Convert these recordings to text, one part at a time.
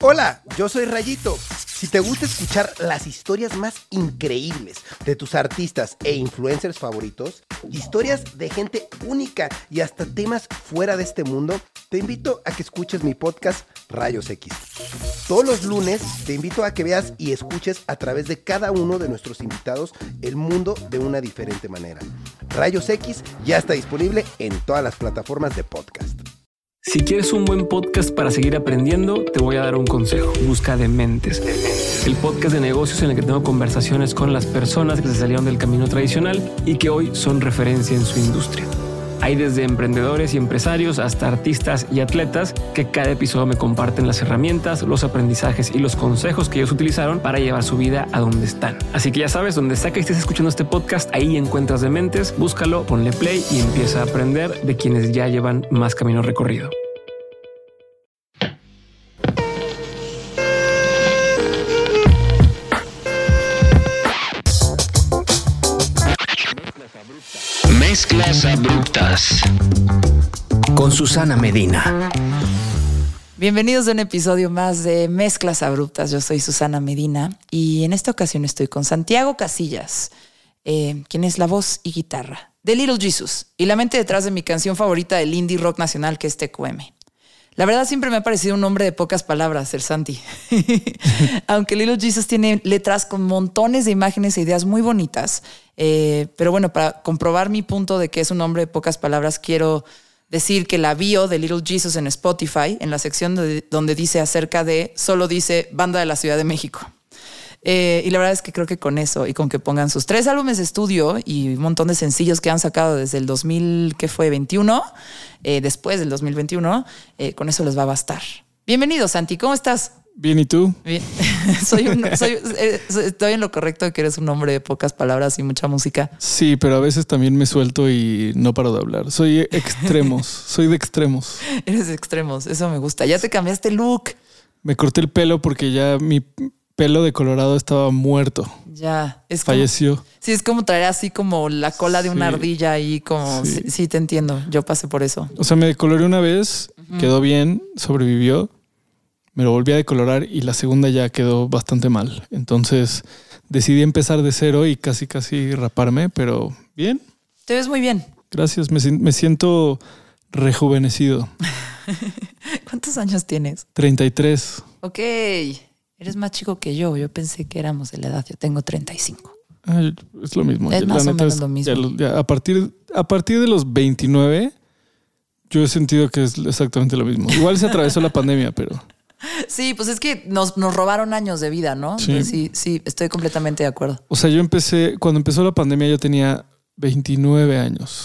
Hola, yo soy Rayito. Si te gusta escuchar las historias más increíbles de tus artistas e influencers favoritos, historias de gente única y hasta temas fuera de este mundo, te invito a que escuches mi podcast Rayos X. Todos los lunes te invito a que veas y escuches a través de cada uno de nuestros invitados el mundo de una diferente manera. Rayos X ya está disponible en todas las plataformas de podcast. Si quieres un buen podcast para seguir aprendiendo, te voy a dar un consejo. Busca Dementes, el podcast de negocios en el que tengo conversaciones con las personas que se salieron del camino tradicional y que hoy son referencia en su industria. Hay desde emprendedores y empresarios hasta artistas y atletas que cada episodio me comparten las herramientas, los aprendizajes y los consejos que ellos utilizaron para llevar su vida a donde están. Así que ya sabes, donde sea que estés escuchando este podcast, ahí encuentras Dementes, búscalo, ponle play y empieza a aprender de quienes ya llevan más camino recorrido. Mezclas abruptas con Susana Medina. Bienvenidos a un episodio más de Mezclas Abruptas. Yo soy Susana Medina y en esta ocasión estoy con Santiago Casillas, quien es la voz y guitarra de Little Jesus y la mente detrás de mi canción favorita del indie rock nacional, que es TQM. La verdad siempre me ha parecido un hombre de pocas palabras, el Santi. Aunque Little Jesus tiene letras con montones de imágenes e ideas muy bonitas. Pero bueno, para comprobar mi punto de que es un hombre de pocas palabras, quiero decir que la bio de Little Jesus en Spotify, en la sección donde dice acerca de, solo dice Banda de la Ciudad de México. Y la verdad es que creo que con eso y con que pongan sus 3 álbumes de estudio y un montón de sencillos que han sacado desde el 2021, después del 2021, con eso les va a bastar. Bienvenido, Santi, ¿cómo estás? Bien, ¿y tú? Bien. Estoy en lo correcto de que eres un hombre de pocas palabras y mucha música. Sí, pero a veces también me suelto y no paro de hablar. Soy extremos, soy de extremos. Eres de extremos, eso me gusta. Ya te cambiaste el look. Me corté el pelo porque ya mi pelo de colorado estaba muerto. Ya. Falleció. Como, sí, es como traer así como la cola de una ardilla y como... Sí. Sí, te entiendo. Yo pasé por eso. O sea, me decoloré una vez, quedó bien, sobrevivió. Me lo volví a decolorar y la segunda ya quedó bastante mal. Entonces decidí empezar de cero y casi raparme, pero bien. Te ves muy bien. Gracias, me siento rejuvenecido. ¿Cuántos años tienes? 33. Ok, eres más chico que yo. Yo pensé que éramos de la edad. Yo tengo 35. Es lo mismo. Es más o menos lo mismo. A partir de los 29, yo he sentido que es exactamente lo mismo. Igual se atravesó la pandemia, pero... Sí, pues es que nos robaron años de vida, ¿no? Sí. Sí, estoy completamente de acuerdo. O sea, cuando empezó la pandemia yo tenía 29 años.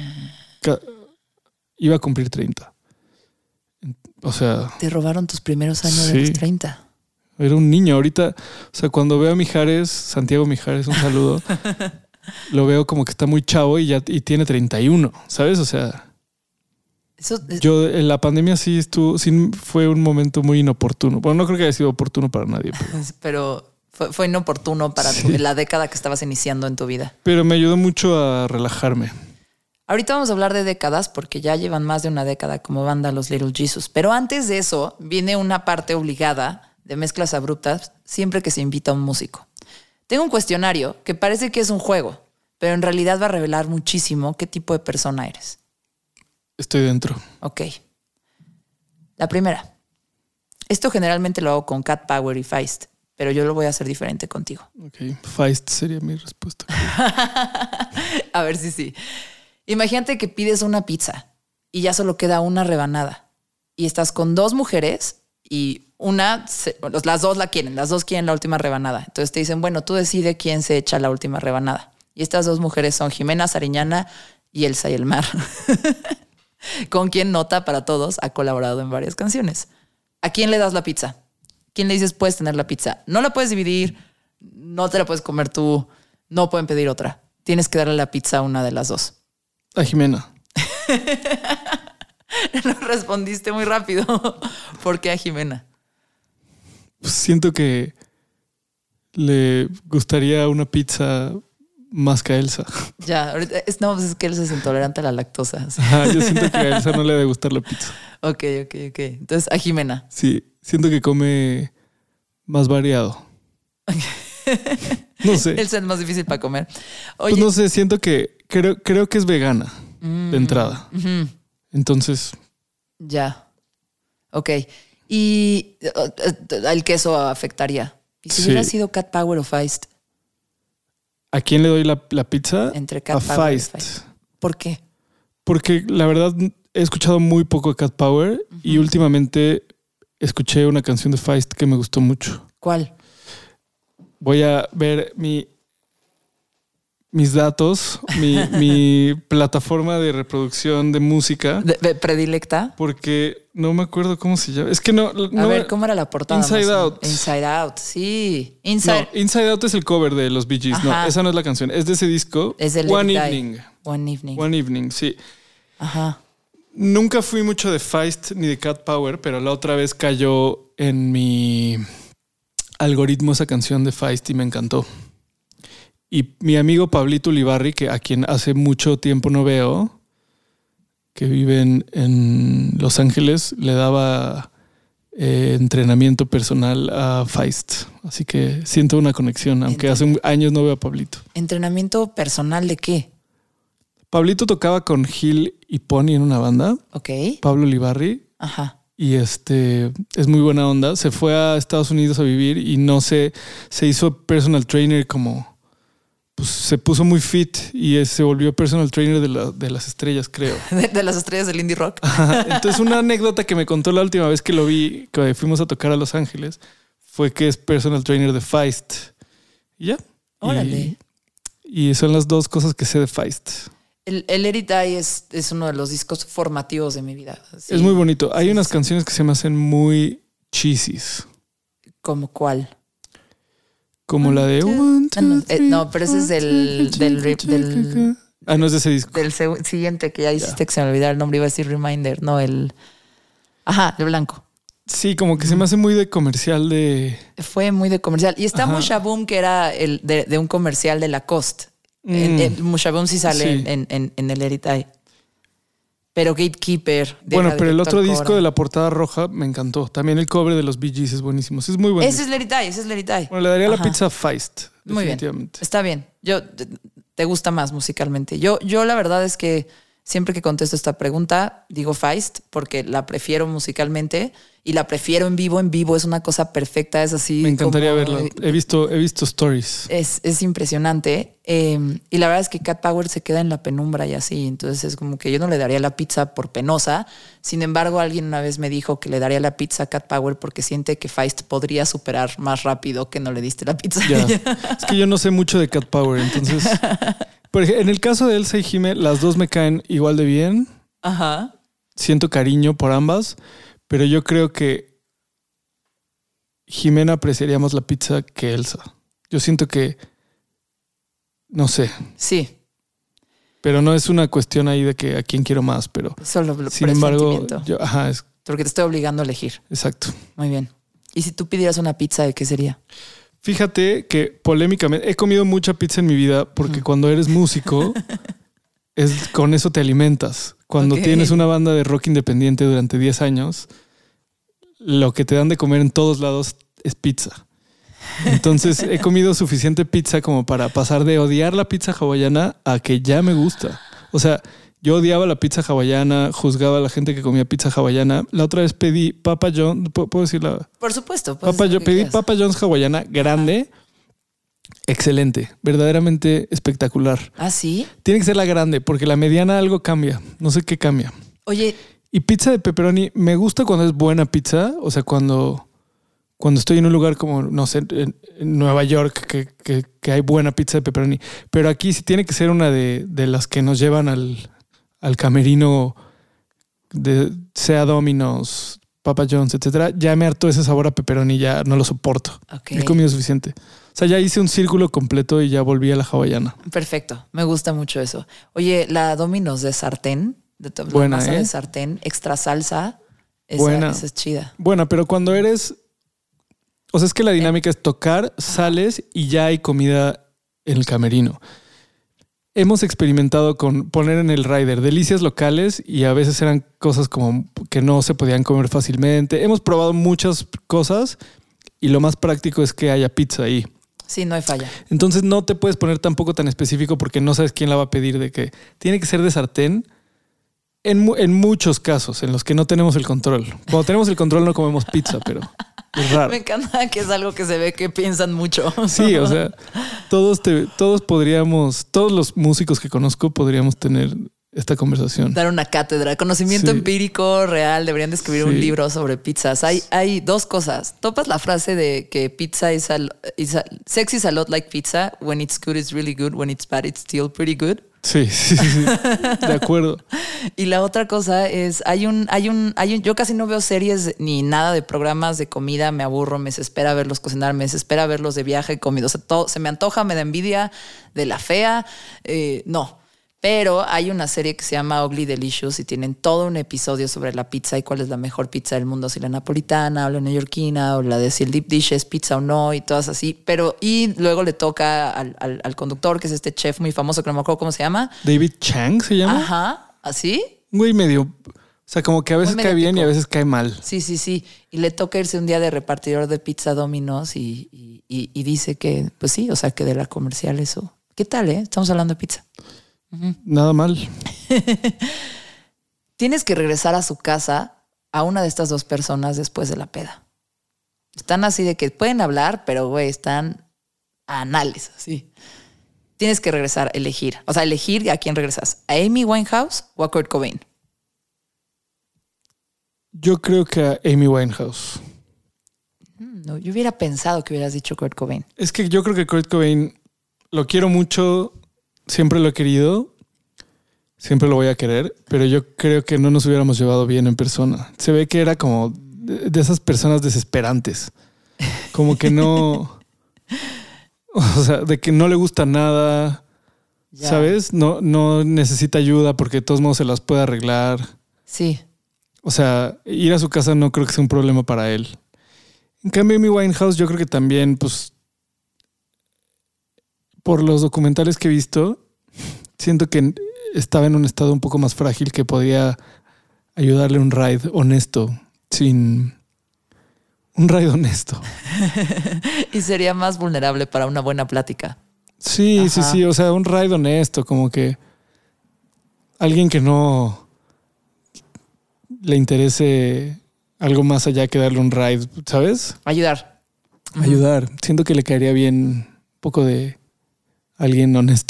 Iba a cumplir 30. O sea... Te robaron tus primeros años de los 30. Era un niño. Ahorita, o sea, cuando veo a Mijares, Santiago Mijares, un saludo, lo veo como que está muy chavo y tiene 31, ¿sabes? O sea... Yo en la pandemia sí fue un momento muy inoportuno. Bueno, no creo que haya sido oportuno para nadie. Pero fue inoportuno para la década que estabas iniciando en tu vida. Pero me ayudó mucho a relajarme. Ahorita vamos a hablar de décadas porque ya llevan más de una década como banda los Little Jesus. Pero antes de eso viene una parte obligada de Mezclas Abruptas siempre que se invita a un músico. Tengo un cuestionario que parece que es un juego, pero en realidad va a revelar muchísimo qué tipo de persona eres. Estoy dentro. Ok. La primera. Esto generalmente lo hago con Cat Power y Feist, pero yo lo voy a hacer diferente contigo. Ok. Feist sería mi respuesta. A ver si sí. Imagínate que pides una pizza y ya solo queda una rebanada. Y estás con 2 mujeres y las dos la quieren. Las dos quieren la última rebanada. Entonces te dicen, bueno, tú decide quién se echa la última rebanada. Y estas 2 mujeres son Jimena Sariñana y Elsa y el Mar. Con quien Nota para Todos ha colaborado en varias canciones. ¿A quién le das la pizza? ¿Quién le dices puedes tener la pizza? No la puedes dividir, no te la puedes comer tú, no pueden pedir otra. Tienes que darle la pizza a una de las 2. A Jimena. No respondiste muy rápido. ¿Por qué a Jimena? Pues siento que le gustaría una pizza más que a Elsa. Ya, ahorita es que Elsa es intolerante a la lactosa. ¿Sí? Yo siento que a Elsa no le debe gustar la pizza. Ok. Entonces, a Jimena. Sí. Siento que come más variado. No sé. Él es el más difícil para comer. Oye, Pues no sé, siento que creo que es vegana de entrada. Entonces, ya. Ok. Y el queso afectaría. ¿Y si hubiera sido Cat Power o Feist? ¿a quién le doy la pizza? Entre Cat A Power y Feist. Feist. ¿Por qué? Porque la verdad he escuchado muy poco a Cat Power y últimamente escuché una canción de Feist que me gustó mucho. ¿Cuál? Voy a ver mis datos, mi plataforma de reproducción de música. ¿De predilecta? Porque no me acuerdo cómo se llama. Es que no. A ver, ¿cómo era la portada? Inside Out. Inside Out, sí. No, Inside Out es el cover de los Bee Gees. Ajá. No, esa no es la canción. Es de ese disco. Es el One Let It Die. Evening. One Evening. One Evening, sí. Ajá. Nunca fui mucho de Feist ni de Cat Power, pero la otra vez cayó en mi algoritmo esa canción de Feist y me encantó. Y mi amigo Pablito Ulibarri, a quien hace mucho tiempo no veo, que vive en Los Ángeles, le daba entrenamiento personal a Feist. Así que siento una conexión, aunque hace años no veo a Pablito. ¿Entrenamiento personal de qué? Pablito tocaba con Gil y Pony en una banda. Ok. Pablo Ulibarri. Ajá. Y es muy buena onda. Se fue a Estados Unidos a vivir y se hizo personal trainer como... Pues se puso muy fit y se volvió personal trainer de las estrellas, creo. De las estrellas del indie rock. Ajá. Entonces una anécdota que me contó la última vez que lo vi, que fuimos a tocar a Los Ángeles, fue que es personal trainer de Feist. Y ya. Órale. Y son las dos cosas que sé de Feist. El Let It Die es uno de los discos formativos de mi vida. Sí. Es muy bonito. Hay unas canciones que se me hacen muy cheesies. ¿Como cuál? Como la de... No, pero ese es del no es de ese disco. Del siguiente que ya hiciste que se me olvidara el nombre. Iba a decir Reminder. No, Ajá, de blanco. Sí, como que se me hace muy de comercial de... Fue muy de comercial. Y está Mushaboom, que era de un comercial de Lacoste. Mushaboom sí sale en el Let It Die. Pero Gatekeeper. Bueno, pero el otro disco de la portada roja me encantó. También el cover de los Bee Gees es buenísimo. Es muy bueno. Ese es Let It Die. Bueno, le daría la pizza a Feist. Muy bien. Definitivamente. Está bien. Te gusta más musicalmente. Yo la verdad es que siempre que contesto esta pregunta digo Feist porque la prefiero musicalmente y la prefiero en vivo. En vivo es una cosa perfecta. Es así. Me encantaría verlo. He visto stories. Es impresionante. Y la verdad es que Cat Power se queda en la penumbra y así. Entonces es como que yo no le daría la pizza por penosa. Sin embargo, alguien una vez me dijo que le daría la pizza a Cat Power porque siente que Feist podría superar más rápido que no le diste la pizza. Ya. Es que yo no sé mucho de Cat Power. Entonces, por ejemplo, en el caso de Elsa y Jime, las dos me caen igual de bien. Ajá. Siento cariño por ambas, pero yo creo que Jimena apreciaría más la pizza que Elsa. Yo siento que no sé. Sí. Pero no es una cuestión ahí de que a quién quiero más, pero solo sin embargo, es porque te estoy obligando a elegir. Exacto. Muy bien. ¿Y si tú pidieras una pizza, de qué sería? Fíjate que polémicamente he comido mucha pizza en mi vida porque cuando eres músico con eso te alimentas. Cuando tienes una banda de rock independiente durante 10 años, lo que te dan de comer en todos lados es pizza. Entonces he comido suficiente pizza como para pasar de odiar la pizza hawaiana a que ya me gusta. O sea, yo odiaba la pizza hawaiana, juzgaba a la gente que comía pizza hawaiana. La otra vez pedí Papa John's, ¿puedo decirla? Por supuesto. Pedí Papa John's hawaiana grande. Excelente, verdaderamente espectacular. ¿Ah, sí? Tiene que ser la grande porque la mediana algo cambia. No sé qué cambia. Oye. Y pizza de pepperoni, me gusta cuando es buena pizza. O sea, cuando estoy en un lugar como, no sé, en Nueva York, que hay buena pizza de pepperoni. Pero aquí sí tiene que ser una de las que nos llevan al camerino, sea Domino's, Papa John's, etcétera. Ya me hartó ese sabor a pepperoni, ya no lo soporto. Okay. He comido suficiente. O sea, ya hice un círculo completo y ya volví a la hawaiana. Perfecto, me gusta mucho eso. Oye, la Domino's de sartén, buena, masa de sartén, extra salsa, esa es chida. Buena, pero cuando eres... O sea, es que la dinámica es tocar, sales y ya hay comida en el camerino. hemos experimentado con poner en el rider delicias locales y a veces eran cosas como que no se podían comer fácilmente. Hemos probado muchas cosas y lo más práctico es que haya pizza ahí. Sí, no hay falla. Entonces no te puedes poner tampoco tan específico porque no sabes quién la va a pedir, de que tiene que ser de sartén en muchos casos en los que no tenemos el control. Cuando tenemos el control no comemos pizza, pero es raro. Me encanta que es algo que se ve que piensan mucho. Sí, o sea, todos los músicos que conozco podríamos tener esta conversación. Dar una cátedra, conocimiento empírico real. Deberían de escribir un libro sobre pizzas. Hay dos cosas. Topas la frase de que pizza sex is a lot like pizza. When it's good, it's really good. When it's bad, it's still pretty good. Sí. De acuerdo. Y la otra cosa es, yo casi no veo series ni nada de programas de comida, me aburro, me desespera verlos cocinar, me desespera verlos de viaje y comida. O sea, todo se me antoja, me da envidia de la fea. No. Pero hay una serie que se llama Ugly Delicious y tienen todo un episodio sobre la pizza y cuál es la mejor pizza del mundo, si la napolitana o la neoyorquina o la de si el deep dish es pizza o no y todas así. Y luego le toca al conductor, que es este chef muy famoso que no me acuerdo cómo se llama. David Chang se llama. Ajá, ¿así? Güey, medio... O sea, como que a veces cae bien y a veces cae mal. Sí. Y le toca irse un día de repartidor de pizza Domino's y dice que, pues sí, o sea, que de la comercial eso. ¿Qué tal, Estamos hablando de pizza. Nada mal. Tienes que regresar a su casa a una de estas dos personas después de la peda. Están así de que pueden hablar, pero güey, están anales, así. Tienes que regresar, elegir. O sea, elegir a quién regresas. ¿A Amy Winehouse o a Kurt Cobain? Yo creo que a Amy Winehouse. No, yo hubiera pensado que hubieras dicho Kurt Cobain. Es que yo creo que Kurt Cobain lo quiero mucho. Siempre lo he querido, siempre lo voy a querer, pero yo creo que no nos hubiéramos llevado bien en persona. Se ve que era como de esas personas desesperantes, como que no, o sea, de que no le gusta nada, ¿sabes? No necesita ayuda porque de todos modos se las puede arreglar. Sí. O sea, ir a su casa no creo que sea un problema para él. En cambio, Amy Winehouse yo creo que también, pues, por los documentales que he visto, siento que estaba en un estado un poco más frágil que podía ayudarle un ride honesto, un ride honesto. Y sería más vulnerable para una buena plática. Sí. O sea, un ride honesto, como que alguien que no le interese algo más allá que darle un ride, ¿sabes? Ayudar. Siento que le caería bien un poco de alguien honesto.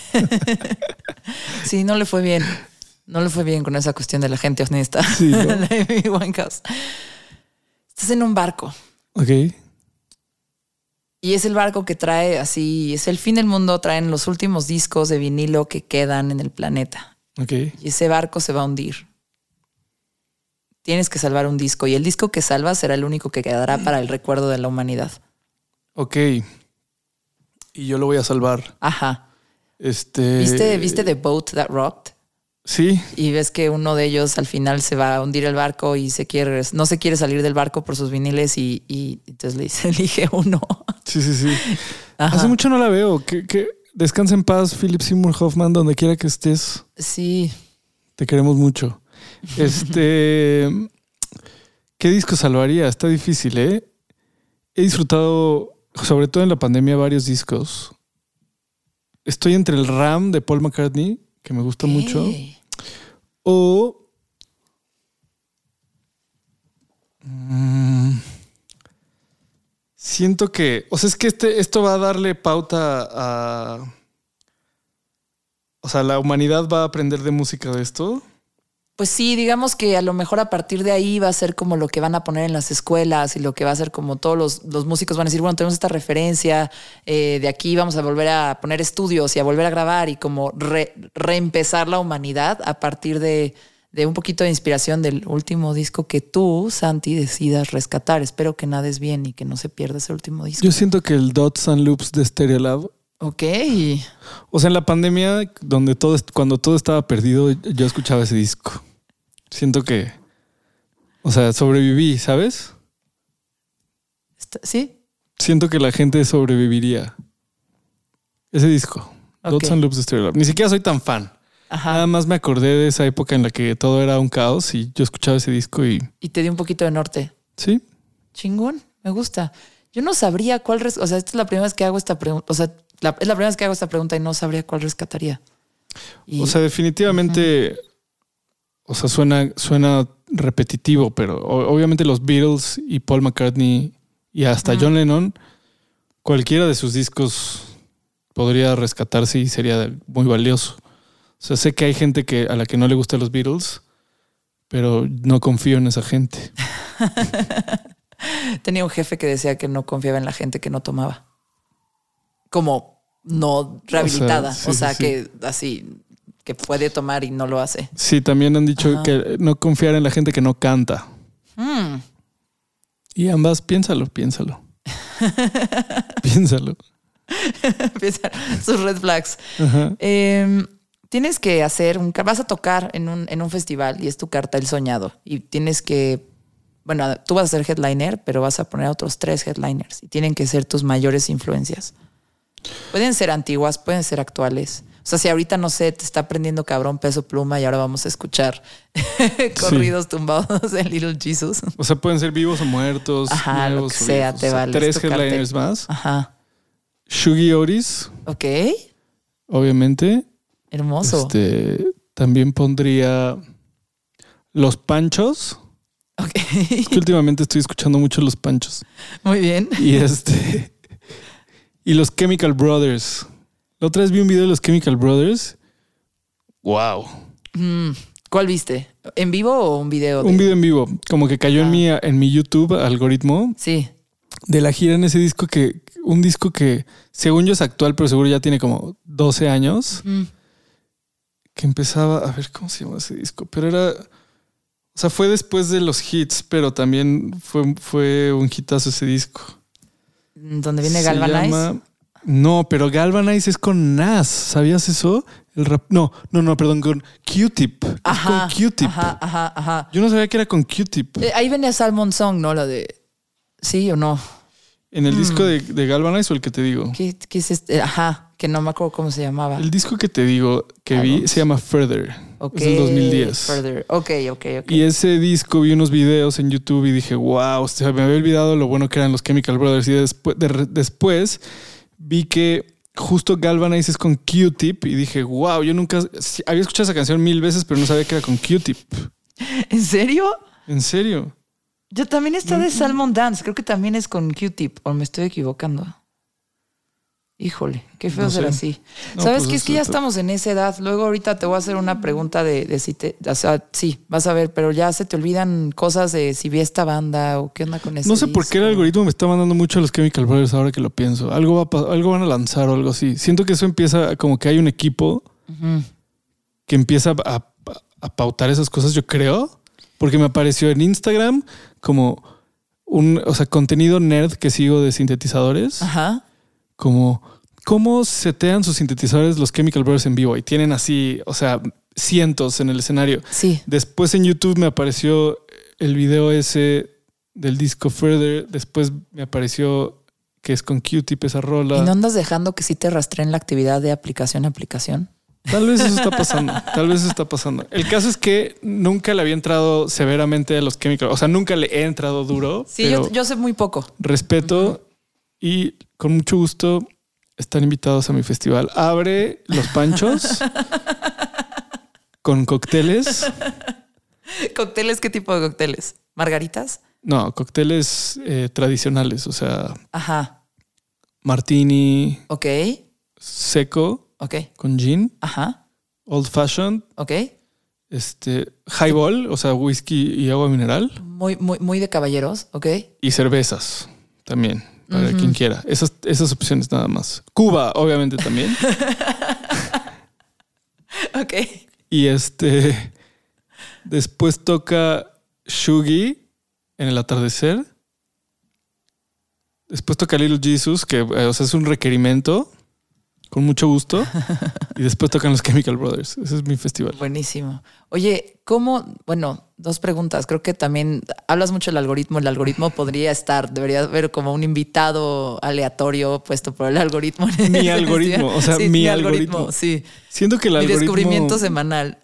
Sí, no le fue bien. No le fue bien con esa cuestión de la gente honesta. Sí, ¿no? Estás en un barco. Ok. Y es el barco que trae así, es el fin del mundo, traen los últimos discos de vinilo que quedan en el planeta. Ok. Y ese barco se va a hundir. Tienes que salvar un disco y el disco que salvas será el único que quedará para el recuerdo de la humanidad. Ok. Y yo lo voy a salvar. Ajá. ¿Viste The Boat That Rocked? Sí. Y ves que uno de ellos al final se va a hundir el barco y no se quiere salir del barco por sus viniles y entonces le dice, elige uno. Sí. Hace mucho no la veo. Que descansa en paz, Philip Seymour Hoffman, donde quiera que estés. Sí. Te queremos mucho. ¿Qué disco salvaría? Está difícil, ¿eh? He disfrutado, sobre todo en la pandemia, varios discos. Estoy entre el Ram de Paul McCartney, que me gusta mucho, o siento que, o sea, es que esto va a darle pauta a, o sea, la humanidad va a aprender de música de esto. Pues sí, digamos que a lo mejor a partir de ahí va a ser como lo que van a poner en las escuelas y lo que va a ser como todos los músicos van a decir, bueno, tenemos esta referencia, de aquí vamos a volver a poner estudios y a volver a grabar y como reempezar la humanidad a partir de un poquito de inspiración del último disco que tú, Santi, decidas rescatar. Espero que nades bien y que no se pierda ese último disco. Yo siento que el Dots and Loops de Stereolab. Ok. O sea, en la pandemia, cuando todo estaba perdido, yo escuchaba ese disco. Siento que, o sea, sobreviví, ¿sabes? ¿Sí? Siento que la gente sobreviviría. Ese disco. Dots and Loops de Stereolab. Ni siquiera soy tan fan. Ajá. Nada más me acordé de esa época en la que todo era un caos y yo escuchaba ese disco y... Y te dio un poquito de norte. Sí. Chingón, me gusta. Yo no sabría cuál... O sea, esta es la primera vez que hago esta pregunta. O sea, es la primera vez que hago esta pregunta y no sabría cuál rescataría. O sea, definitivamente... O sea, suena repetitivo, pero obviamente los Beatles y Paul McCartney y hasta John Lennon, cualquiera de sus discos podría rescatarse y sería muy valioso. O sea, sé que hay gente a la que no le gustan los Beatles, pero no confío en esa gente. Tenía un jefe que decía que no confiaba en la gente que no tomaba. Como no rehabilitada. O sea, que así... que puede tomar y no lo hace. Sí, también han dicho que no confiar en la gente que no canta. Y ambas, piénsalo. Piénsalo. Sus red flags. Tienes que hacer vas a tocar en un festival y es tu cartel soñado. Y tienes que, bueno, tú vas a ser headliner, pero vas a poner a otros 3 headliners y tienen que ser tus mayores influencias. Pueden ser antiguas, pueden ser actuales. O sea, si ahorita, no sé, te está prendiendo cabrón Peso Pluma y ahora vamos a escuchar corridos tumbados en Little Jesus. O sea, pueden ser vivos o muertos. Ajá, nuevos, lo que sea, te vale. 3 headliners más. Ajá. Shuggy Otis. Ok. Obviamente. Hermoso. También pondría Los Panchos. Ok. Es que últimamente estoy escuchando mucho Los Panchos. Muy bien. Y y los Chemical Brothers. La otra vez vi un video de los Chemical Brothers. ¡Wow! ¿Cuál viste? ¿En vivo o un video? Un video en vivo. Como que cayó en mi YouTube algoritmo. Sí. De la gira en ese disco un disco que según yo es actual, pero seguro ya tiene como 12 años. Que empezaba... A ver, ¿cómo se llama ese disco? Pero era... O sea, fue después de los hits, pero también fue un hitazo ese disco. ¿Dónde viene Galvanize? No, pero Galvanize es con Nas. ¿Sabías eso? El rap... No, perdón, con Q-Tip. Ajá, es con Q-Tip. Ajá. Yo no sabía que era con Q-Tip. Ahí venía Salmon Song, ¿no? La de... ¿Sí o no? ¿En el disco de Galvanize o el que te digo? ¿Qué es este? Ajá, que no me acuerdo cómo se llamaba. El disco que te digo que vi se llama Further. Okay. Es del 2010. Further. Ok. Y ese disco vi unos videos en YouTube y dije, wow, o sea, me había olvidado lo bueno que eran los Chemical Brothers. Y después vi que justo Galvanize es con Q-Tip y dije, wow, yo nunca había escuchado esa canción 1000 veces, pero no sabía que era con Q-Tip. ¿En serio? ¿En serio? Yo también está de Salmon Dance. Creo que también es con Q-Tip. ¿O me estoy equivocando? Híjole, qué feo ser así. No, ¿sabes qué? Es que ya estamos en esa edad. Luego ahorita te voy a hacer una pregunta de si te... O sea, sí, vas a ver, pero ya se te olvidan cosas de si vi esta banda o qué onda con eso. No sé por qué el algoritmo me está mandando mucho a los Chemical Brothers ahora que lo pienso. Algo van a lanzar o algo así. Siento que eso empieza como que hay un equipo que empieza a pautar esas cosas, yo creo. Porque me apareció en Instagram como contenido nerd que sigo de sintetizadores. Ajá. Como cómo setean sus sintetizadores los Chemical Brothers en vivo y tienen así, o sea, cientos en el escenario. Sí. Después en YouTube me apareció el video ese del disco Further. Después me apareció que es con Q-Tip esa rola. ¿Y no andas dejando que sí te rastreen la actividad de aplicación a aplicación? Tal vez eso está pasando. El caso es que nunca le había entrado severamente a los Chemical. O sea, nunca le he entrado duro. Sí, yo sé muy poco. Respeto y con mucho gusto están invitados a mi festival. Abre Los Panchos con cócteles. ¿Cócteles? ¿Qué tipo de cócteles? ¿Margaritas? No, cócteles tradicionales. O sea, ajá, martini. Ok. Seco. Ok. Con gin. Ajá. Old fashioned. Ok. Highball, o sea, whisky y agua mineral. Muy de caballeros, ok. Y cervezas también, para quien quiera. Esas opciones nada más. Cuba, obviamente, también. Ok. Y después toca Shuggy en el atardecer. Después toca Little Jesus, que o sea, es un requerimiento. con mucho gusto. Y después tocan los Chemical Brothers. Ese es mi festival. Buenísimo. Oye, dos preguntas. Creo que también hablas mucho del algoritmo. El algoritmo debería haber como un invitado aleatorio puesto por el algoritmo. Mi algoritmo, o sea, sí, mi algoritmo. Sí. Siento que el algoritmo... Mi descubrimiento semanal.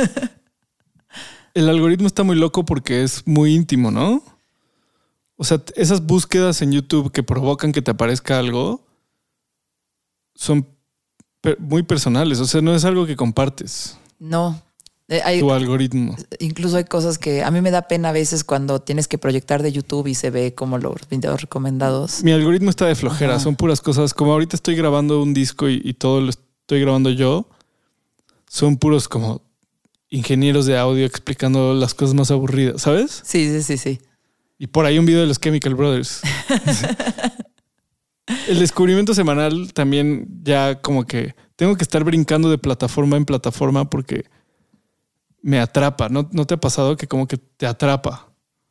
El algoritmo está muy loco porque es muy íntimo, ¿no? O sea, esas búsquedas en YouTube que provocan que te aparezca algo son muy personales. O sea, no es algo que compartes. No. Tu algoritmo. Incluso hay cosas que a mí me da pena a veces cuando tienes que proyectar de YouTube y se ve como los videos recomendados. Mi algoritmo está de flojera. Ajá. Son puras cosas. Como ahorita estoy grabando un disco y todo lo estoy grabando yo. Son puros como ingenieros de audio explicando las cosas más aburridas, ¿sabes? Sí. Y por ahí un video de los Chemical Brothers. El descubrimiento semanal también ya como que tengo que estar brincando de plataforma en plataforma porque me atrapa. ¿No te ha pasado que como que te atrapa?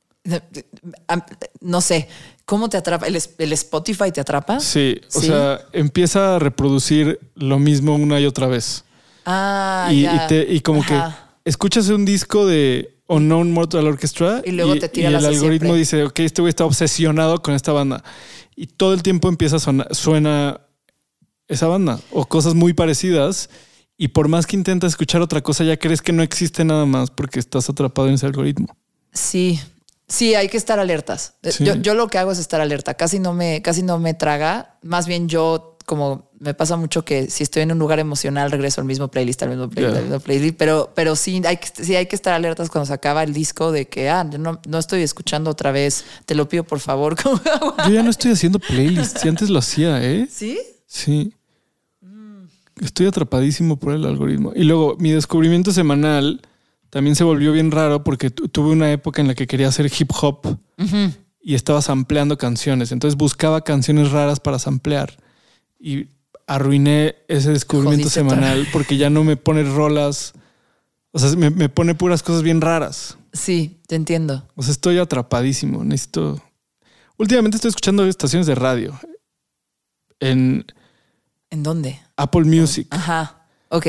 No sé. ¿Cómo te atrapa? ¿El Spotify te atrapa? Sí. O sea, empieza a reproducir lo mismo una y otra vez. Y como Ajá. que escuchas un disco de Unknown Mortal Orchestra y luego te tira y el algoritmo siempre. Dice, ok, este güey está obsesionado con esta banda. Y todo el tiempo empieza suena esa banda o cosas muy parecidas. Y por más que intentas escuchar otra cosa, ya crees que no existe nada más porque estás atrapado en ese algoritmo. Sí, hay que estar alertas. Sí. Yo lo que hago es estar alerta. Casi no me traga. Más bien yo, como me pasa mucho que si estoy en un lugar emocional, regreso al mismo playlist. Pero sí hay que estar alertas cuando se acaba el disco de que no estoy escuchando otra vez. Te lo pido, por favor. Yo ya no estoy haciendo playlists. Si antes lo hacía, ¿eh? ¿Sí? Sí. Estoy atrapadísimo por el algoritmo. Y luego mi descubrimiento semanal también se volvió bien raro porque tuve una época en la que quería hacer hip hop y estaba sampleando canciones. Entonces buscaba canciones raras para samplear y arruiné ese descubrimiento semanal porque ya no me pone rolas. O sea, me pone puras cosas bien raras. Sí, te entiendo. O sea, estoy atrapadísimo. Últimamente estoy escuchando estaciones de radio. ¿En dónde? Apple Music. Ajá, ok.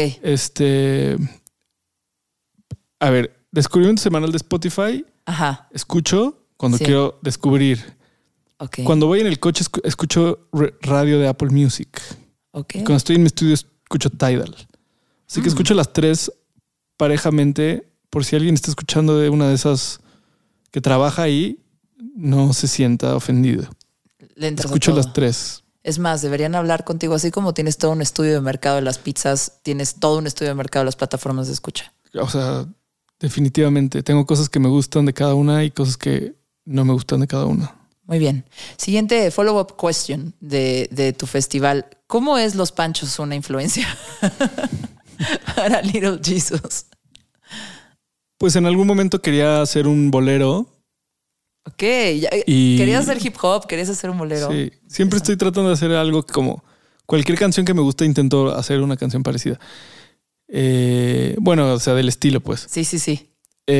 A ver, descubrimiento semanal de Spotify. Ajá. Escucho cuando quiero descubrir. Okay. Cuando voy en el coche escucho radio de Apple Music. Okay. Cuando estoy en mi estudio escucho Tidal. Así que escucho las tres parejamente por si alguien está escuchando de una de esas que trabaja ahí, no se sienta ofendido. Escucho las tres. Es más, deberían hablar contigo así como tienes todo un estudio de mercado de las pizzas, tienes todo un estudio de mercado de las plataformas de escucha. O sea, definitivamente. Tengo cosas que me gustan de cada una y cosas que no me gustan de cada una. Muy bien. Siguiente follow-up question de tu festival. ¿Cómo es Los Panchos una influencia para Little Jesus? Pues en algún momento quería hacer un bolero. Ok. ¿Querías hacer hip hop? ¿Querías hacer un bolero? Sí. Siempre estoy tratando de hacer algo como... Cualquier canción que me gusta intento hacer una canción parecida. Bueno, o sea, del estilo, pues. Sí.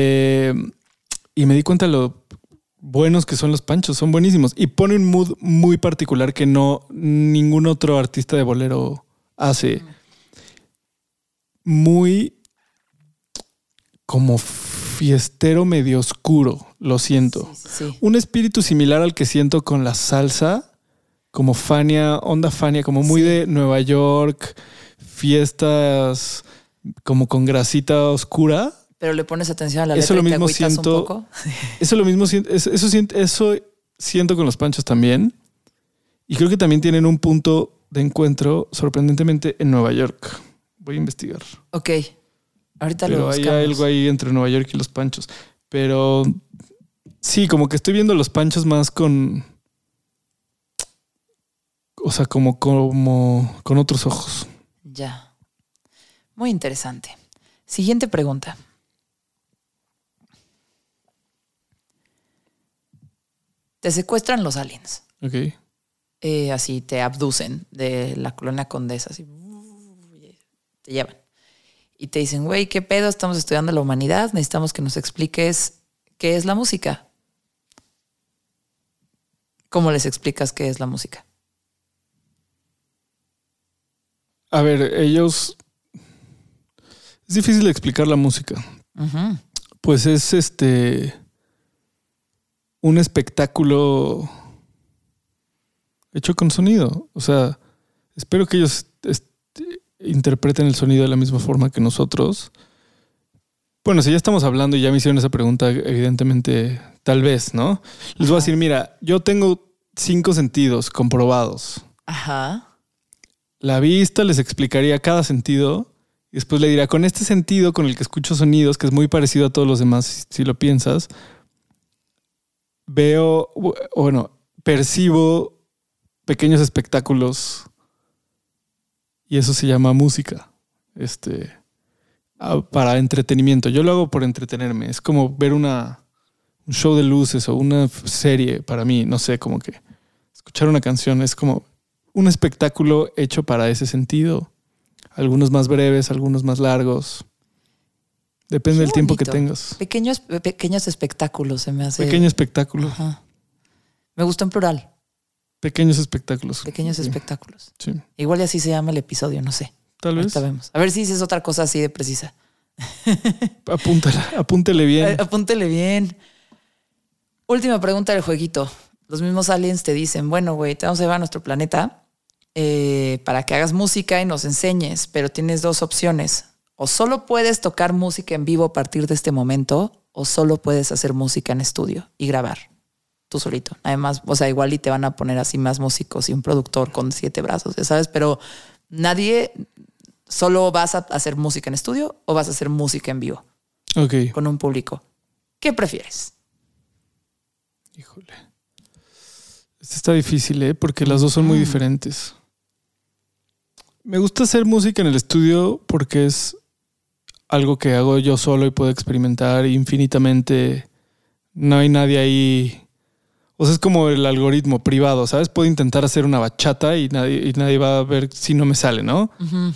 Y me di cuenta lo buenos que son Los Panchos. Son buenísimos. Y pone un mood muy particular que ningún otro artista de bolero hace. Muy como fiestero medio oscuro, lo siento. Sí. Un espíritu similar al que siento con la salsa, como Fania, onda Fania, como muy de Nueva York, fiestas como con grasita oscura. Pero le pones atención a la letra y te agüitas un poco. Eso siento con Los Panchos también. Y creo que también tienen un punto de encuentro sorprendentemente en Nueva York. Voy a investigar. Ok. Ahorita pero lo buscamos. Hay algo ahí entre Nueva York y Los Panchos. Pero sí, como que estoy viendo Los Panchos más con... O sea, como con otros ojos. Ya. Muy interesante. Siguiente pregunta. Te secuestran los aliens. Ok. Así te abducen de la colonia Condesa. Así, te llevan. Y te dicen, güey, ¿qué pedo? Estamos estudiando la humanidad. Necesitamos que nos expliques qué es la música. ¿Cómo les explicas qué es la música? A ver, ellos... Es difícil de explicar la música. Uh-huh. Pues es un espectáculo hecho con sonido. O sea, espero que ellos interpreten el sonido de la misma forma que nosotros. Bueno, si ya estamos hablando y ya me hicieron esa pregunta, evidentemente, tal vez, ¿no? Les voy a decir, mira, yo tengo 5 sentidos comprobados. Ajá. La vista les explicaría cada sentido y después le diría, con este sentido con el que escucho sonidos, que es muy parecido a todos los demás, si lo piensas, percibo pequeños espectáculos y eso se llama música. Para entretenimiento. Yo lo hago por entretenerme. Es como ver un show de luces o una serie para mí. No sé, como que escuchar una canción es como un espectáculo hecho para ese sentido. Algunos más breves, algunos más largos. Depende del tiempo que tengas. Pequeños espectáculos se me hace. Pequeño espectáculo. Ajá. Me gustó en plural. Pequeños espectáculos. Pequeños espectáculos. Sí. Igual y así se llama el episodio, no sé. Tal vez. Vemos. A ver si dices otra cosa así de precisa. Apúntele bien. Apúntele bien. Última pregunta del jueguito. Los mismos aliens te dicen, bueno, güey, te vamos a llevar a nuestro planeta para que hagas música y nos enseñes, pero tienes 2 opciones. O solo puedes tocar música en vivo a partir de este momento, o solo puedes hacer música en estudio y grabar tú solito. Además, o sea, igual y te van a poner así más músicos y un productor con 7 brazos, ya sabes, pero nadie... ¿Solo vas a hacer música en estudio o vas a hacer música en vivo? Ok. Con un público. ¿Qué prefieres? Híjole. Está difícil, porque las dos son muy diferentes. Me gusta hacer música en el estudio porque es algo que hago yo solo y puedo experimentar infinitamente. No hay nadie ahí. O sea, es como el algoritmo privado, ¿sabes? Puedo intentar hacer una bachata y nadie va a ver si no me sale, ¿no? Uh-huh.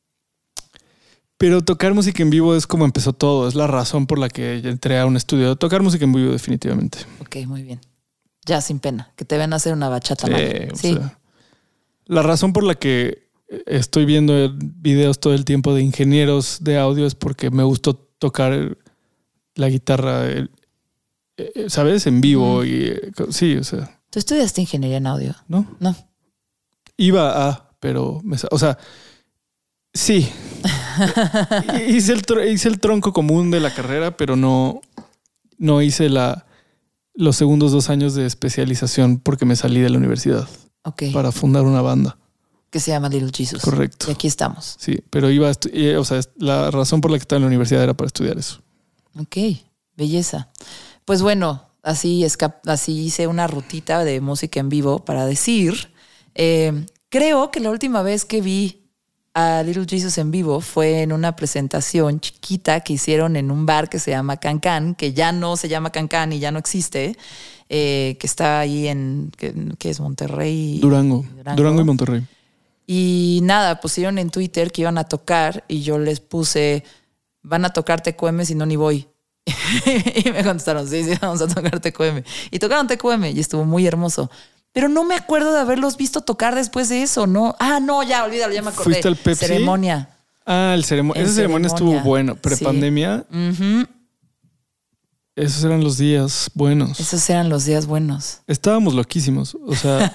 Pero tocar música en vivo es como empezó todo. Es la razón por la que entré a un estudio. Tocar música en vivo definitivamente. Ok, muy bien. Ya sin pena. Que te ven a hacer una bachata. Sí. O sea, la razón por la que estoy viendo videos todo el tiempo de ingenieros de audio es porque me gustó tocar la guitarra, ¿sabes? En vivo. Sí, o sea. ¿Tú estudiaste ingeniería en audio? No. Iba a, pero... o sea, sí. hice el tronco común de la carrera, pero no hice los segundos 2 años de especialización porque me salí de la universidad. Okay. Para fundar una banda. Que se llama Little Jesus. Correcto. Y aquí estamos. Sí, pero o sea, la razón por la que estaba en la universidad era para estudiar eso. Ok, belleza. Pues bueno, así hice una rutita de música en vivo para decir, creo que la última vez que vi a Little Jesus en vivo fue en una presentación chiquita que hicieron en un bar que se llama Can Can, que ya no se llama Can Can y ya no existe, que está ahí ¿qué es? Monterrey. Durango y Monterrey. Y nada, pusieron en Twitter que iban a tocar y yo les puse, van a tocar TQM, si no ni voy. Y me contestaron, sí, vamos a tocar TQM. Y tocaron TQM y estuvo muy hermoso. Pero no me acuerdo de haberlos visto tocar después de eso, ¿no? Ah, no, ya, olvídalo, ya me acordé. ¿Fuiste al Pepsi? Ceremonia. Ah, esa ceremonia estuvo bueno. Prepandemia. Sí. Uh-huh. Esos eran los días buenos. Esos eran los días buenos. Estábamos loquísimos. O sea,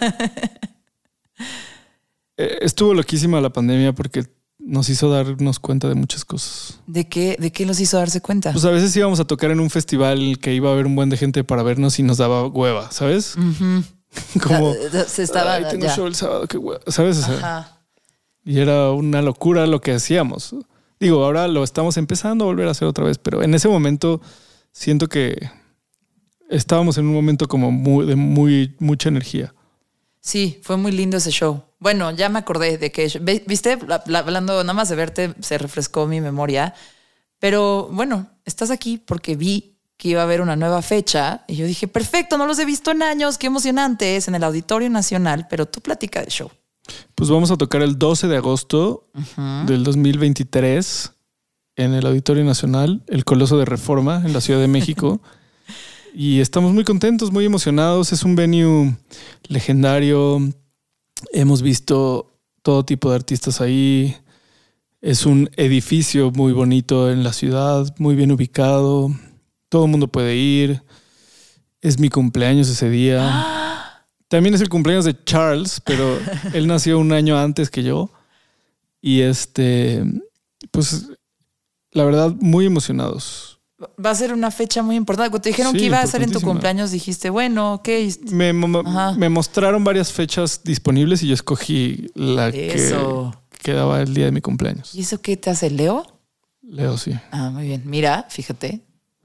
estuvo loquísima la pandemia porque nos hizo darnos cuenta de muchas cosas. ¿De qué los hizo darse cuenta? Pues a veces íbamos a tocar en un festival que iba a haber un buen de gente para vernos y nos daba hueva, ¿sabes? Uh-huh. Como, se estaba, tengo ya. show el sábado, qué hueva, ¿sabes? O sea, ajá. Y era una locura lo que hacíamos. Digo, ahora lo estamos empezando a volver a hacer otra vez, pero en ese momento siento que estábamos en un momento como de mucha energía. Sí, fue muy lindo ese show. Bueno, ya me acordé de que, viste, hablando nada más de verte, se refrescó mi memoria. Pero bueno, estás aquí porque vi que iba a haber una nueva fecha y yo dije, perfecto, no los he visto en años, qué emocionante, es en el Auditorio Nacional, pero tú platica del show. Pues vamos a tocar el 12 de agosto del 2023 en el Auditorio Nacional, el Coloso de Reforma en la Ciudad de México. Y estamos muy contentos, muy emocionados. Es un venue legendario. Hemos visto todo tipo de artistas ahí. Es un edificio muy bonito en la ciudad, muy bien ubicado. Todo el mundo puede ir. Es mi cumpleaños ese día. También es el cumpleaños de Charles, pero él nació un año antes que yo. Y pues la verdad, muy emocionados. Va a ser una fecha muy importante. Cuando te dijeron que iba a ser en tu cumpleaños, dijiste, bueno, ok. Me mostraron varias fechas disponibles y yo escogí la que quedaba el día de mi cumpleaños. ¿Y eso qué te hace, Leo? Leo, sí. Muy bien. Mira, fíjate.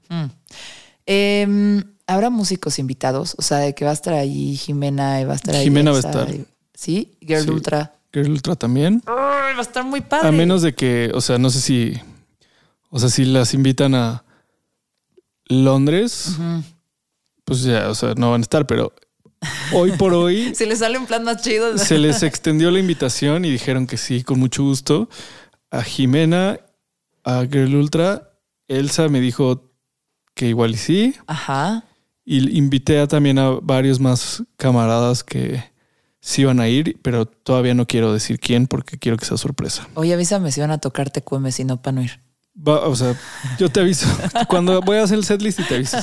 ¿Habrá músicos invitados? O sea, de que va a estar ahí Jimena y va a estar ahí. Jimena va a estar. ¿Sí? Girl Ultra. Girl Ultra también. Va a estar muy padre. A menos de que, o sea, no sé si... O sea, si las invitan a Londres, pues ya, o sea, no van a estar, pero hoy por hoy... Se les sale un plan más chido. Se les extendió la invitación y dijeron que sí, con mucho gusto. A Jimena, a Girl Ultra, Elsa me dijo que igual y sí. Ajá. Y invité también a varios más camaradas que sí iban a ir, pero todavía no quiero decir quién porque quiero que sea sorpresa. Oye, avísame si van a tocar TQM, si no, para no ir. O sea, yo te aviso. Cuando voy a hacer el setlist y te aviso.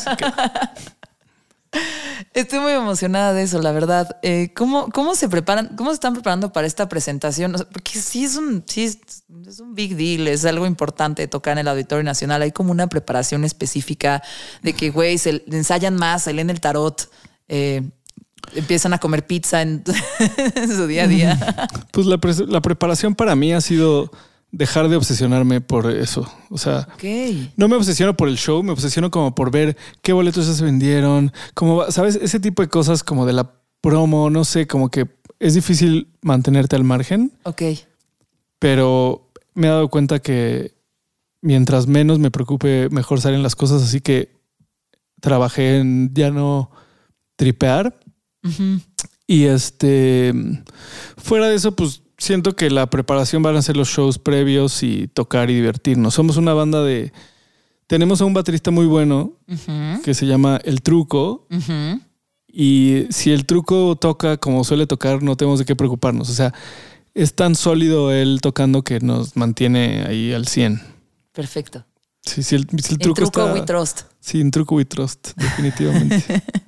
Estoy muy emocionada de eso, la verdad. ¿Cómo se preparan? ¿Cómo se están preparando para esta presentación? O sea, porque sí es un big deal, es algo importante tocar en el Auditorio Nacional. Hay como una preparación específica de que, güey, se ensayan más, se leen el tarot, empiezan a comer pizza en su día a día. Pues la preparación para mí ha sido dejar de obsesionarme por eso. O sea, no me obsesiono por el show, me obsesiono como por ver qué boletos ya se vendieron, como, ¿sabes? Ese tipo de cosas como de la promo, no sé, como que es difícil mantenerte al margen. Ok. Pero me he dado cuenta que mientras menos me preocupe, mejor salen las cosas. Así que trabajé en ya no tripear. Y fuera de eso, pues siento que la preparación van a ser los shows previos y tocar y divertirnos. Somos una banda tenemos a un baterista muy bueno que se llama El Truco. Y si El Truco toca como suele tocar, no tenemos de qué preocuparnos. O sea, es tan sólido él tocando que nos mantiene ahí al 100. Perfecto. Sí, si el truco está... we trust. Sí, en Truco we trust, definitivamente.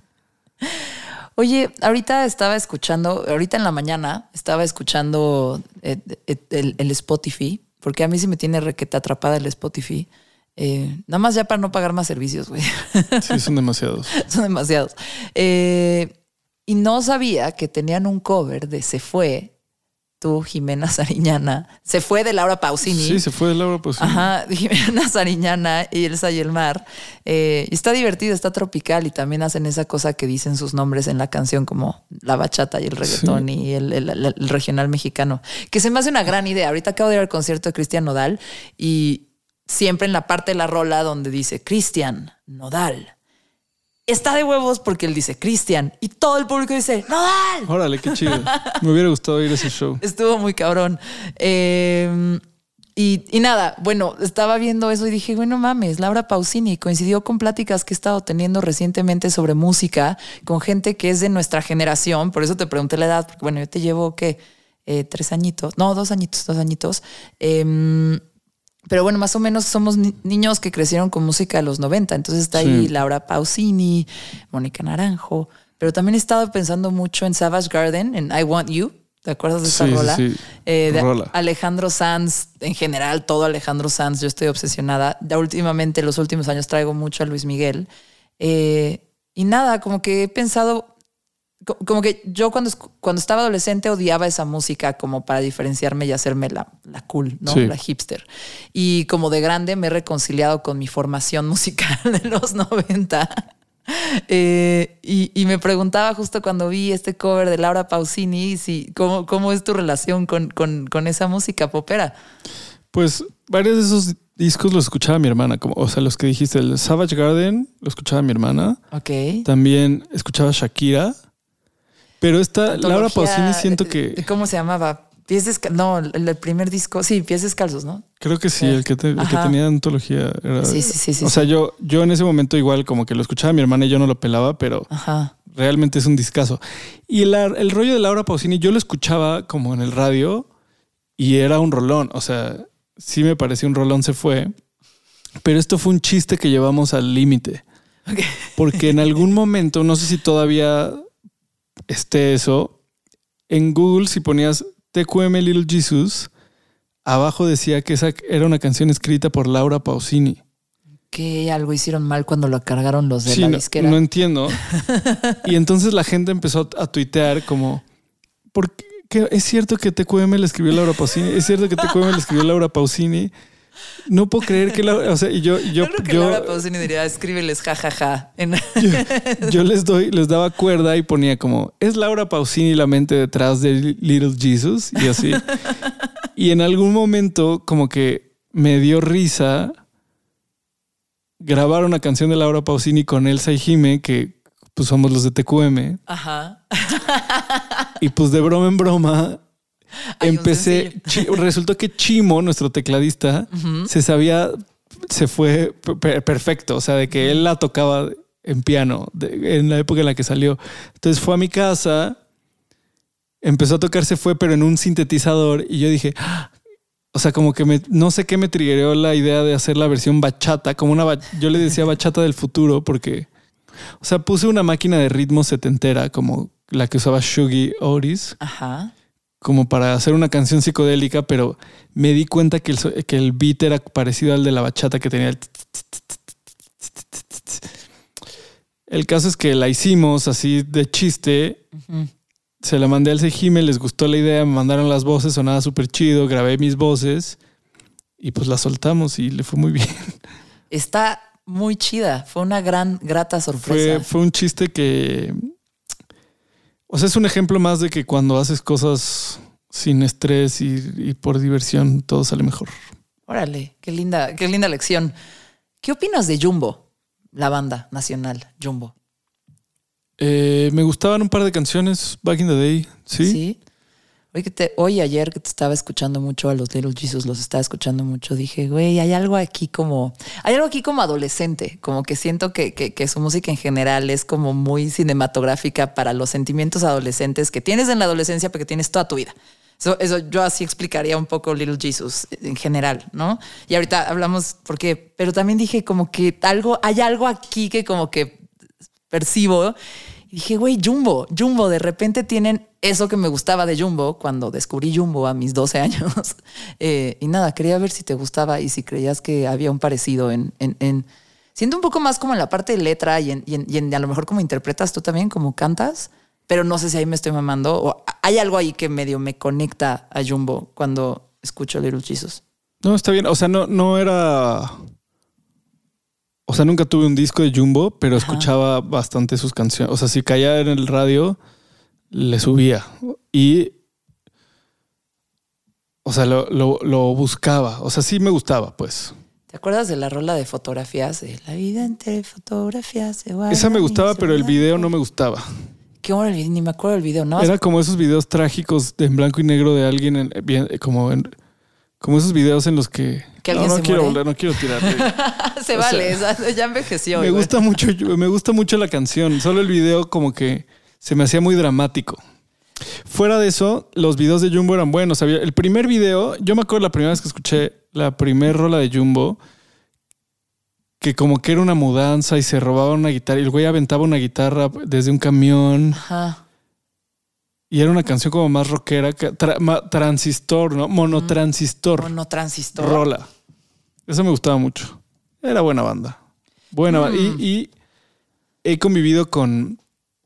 Oye, ahorita en la mañana estaba escuchando el Spotify, porque a mí sí me tiene requete atrapada el Spotify. Nada más ya para no pagar más servicios, güey. Sí, son demasiados. Son demasiados. Y no sabía que tenían un cover de Se Fue, tú, Jimena Sariñana. Se Fue de Laura Pausini. Sí, Se Fue de Laura Pausini. Ajá, Jimena Sariñana y Elsa y el Mar. Y está divertido, está tropical y también hacen esa cosa que dicen sus nombres en la canción, como la bachata y el reggaetón y el regional mexicano, que se me hace una gran idea. Ahorita acabo de ir al concierto de Cristian Nodal y siempre en la parte de la rola donde dice Cristian Nodal, está de huevos porque él dice Cristian y todo el público dice ¡Nodal! Órale, qué chido. Me hubiera gustado ir a ese show. Estuvo muy cabrón. Y nada, bueno, estaba viendo eso y dije, bueno, mames, Laura Pausini coincidió con pláticas que he estado teniendo recientemente sobre música con gente que es de nuestra generación. Por eso te pregunté la edad, porque bueno, yo te llevo, ¿qué? 3 añitos. No, 2 añitos. Pero bueno, más o menos somos niños que crecieron con música de los 90. Entonces está ahí Laura Pausini, Mónica Naranjo. Pero también he estado pensando mucho en Savage Garden, en I Want You. ¿Te acuerdas de esa rola? Sí. Rola. Alejandro Sanz, en general, todo Alejandro Sanz. Yo estoy obsesionada. Ya últimamente, los últimos años, traigo mucho a Luis Miguel. Y nada, como que he pensado... Como que yo cuando estaba adolescente odiaba esa música como para diferenciarme y hacerme la cool, ¿no? Sí. La hipster. Y como de grande me he reconciliado con mi formación musical de los 90. Y me preguntaba justo cuando vi este cover de Laura Pausini ¿cómo es tu relación con esa música popera? Pues varios de esos discos los escuchaba mi hermana, o sea, los que dijiste, el Savage Garden lo escuchaba mi hermana. Ok. También escuchaba Shakira. Pero Laura Pausini siento que... ¿Cómo se llamaba? No, el primer disco. Sí, Pies Descalzos, ¿no? Creo que sí, el que tenía antología. Era, sí. O sea, yo en ese momento igual como que lo escuchaba mi hermana y yo no lo pelaba, pero realmente es un discazo. Y el rollo de Laura Pausini, yo lo escuchaba como en el radio Y era un rolón, o sea, sí me pareció un rolón, se fue. Pero esto fue un chiste que llevamos al límite. Okay. Porque en algún momento, no sé si todavía esté eso, en Google si ponías TQM Little Jesus, abajo decía que esa era una canción escrita por Laura Pausini. Que algo hicieron mal cuando lo cargaron los de la disquera. No entiendo. Y entonces la gente empezó a tuitear como, ¿por qué? ¿Es cierto que TQM le escribió Laura Pausini? ¿Es cierto que TQM le escribió Laura Pausini? No puedo creer que Laura... O sea, y yo creo que Laura Pausini diría, escríbeles jajaja. Yo les daba cuerda y ponía como, ¿es Laura Pausini la mente detrás de Little Jesus? Y así. Y en algún momento como que me dio risa grabar una canción de Laura Pausini con Elsa y Jime, que pues somos los de TQM. Ajá. Y pues de broma en broma empecé. Resultó que Chimo, nuestro tecladista, se fue perfecto. O sea, de que él la tocaba en piano en la época en la que salió. Entonces fue a mi casa, empezó a tocar, se fue, pero en un sintetizador. Y yo dije, o sea, como que no sé qué me triggeró la idea de hacer la versión bachata, como yo le decía bachata del futuro, porque, o sea, puse una máquina de ritmo setentera, como la que usaba Shuggy Otis. Ajá. Como para hacer una canción psicodélica, pero me di cuenta que el beat era parecido al de la bachata, que tenía el caso es que la hicimos así de chiste. Se la mandé al Sejime, les gustó la idea, me mandaron las voces, sonaba súper chido, grabé mis voces y pues la soltamos y le fue muy bien. Está muy chida, fue una grata sorpresa. Fue un chiste que... O sea, es un ejemplo más de que cuando haces cosas sin estrés y por diversión, todo sale mejor. Órale, qué linda lección. ¿Qué opinas de Jumbo, la banda nacional Jumbo? Me gustaban un par de canciones back in the day, ¿sí? Sí. Ayer que te estaba escuchando mucho a los Little Jesus, los estaba escuchando mucho, dije, güey, hay algo aquí como adolescente, como que siento que su música en general es como muy cinematográfica para los sentimientos adolescentes que tienes en la adolescencia, pero que tienes toda tu vida. Eso yo así explicaría un poco Little Jesus en general, ¿no? Y ahorita hablamos pero también dije como que hay algo aquí que como que percibo. Y dije, güey, Jumbo, de repente tienen eso que me gustaba de Jumbo cuando descubrí Jumbo a mis 12 años. Y nada, quería ver si te gustaba y si creías que había un parecido en siento un poco más como en la parte de letra y en a lo mejor como interpretas tú también, como cantas, pero no sé si ahí me estoy mamando o hay algo ahí que medio me conecta a Jumbo cuando escucho Little Jesus. No, está bien. O sea, no era... O sea, nunca tuve un disco de Jumbo, pero escuchaba bastante sus canciones. O sea, si caía en el radio, le subía. Y... O sea, lo buscaba. O sea, sí me gustaba, pues. ¿Te acuerdas de la rola de fotografías? De la vida entre fotografías se guarda. Esa me gustaba, pero el video no me gustaba. ¿Qué hora? Ni me acuerdo del video, ¿no? Era como esos videos trágicos en blanco y negro de alguien, como esos videos en los que no quiero tirarle. Se vale, ya envejeció. Me gusta mucho la canción. Solo el video como que se me hacía muy dramático. Fuera de eso, los videos de Jumbo eran buenos. El primer video, yo me acuerdo la primera vez que escuché la primer rola de Jumbo, que como que era una mudanza y se robaba una guitarra y el güey aventaba una guitarra desde un camión. Ajá. Y era una canción como más rockera, transistor, ¿no? Monotransistor. Monotransistor. Rola. Eso me gustaba mucho. Era buena banda. Banda. Y he convivido con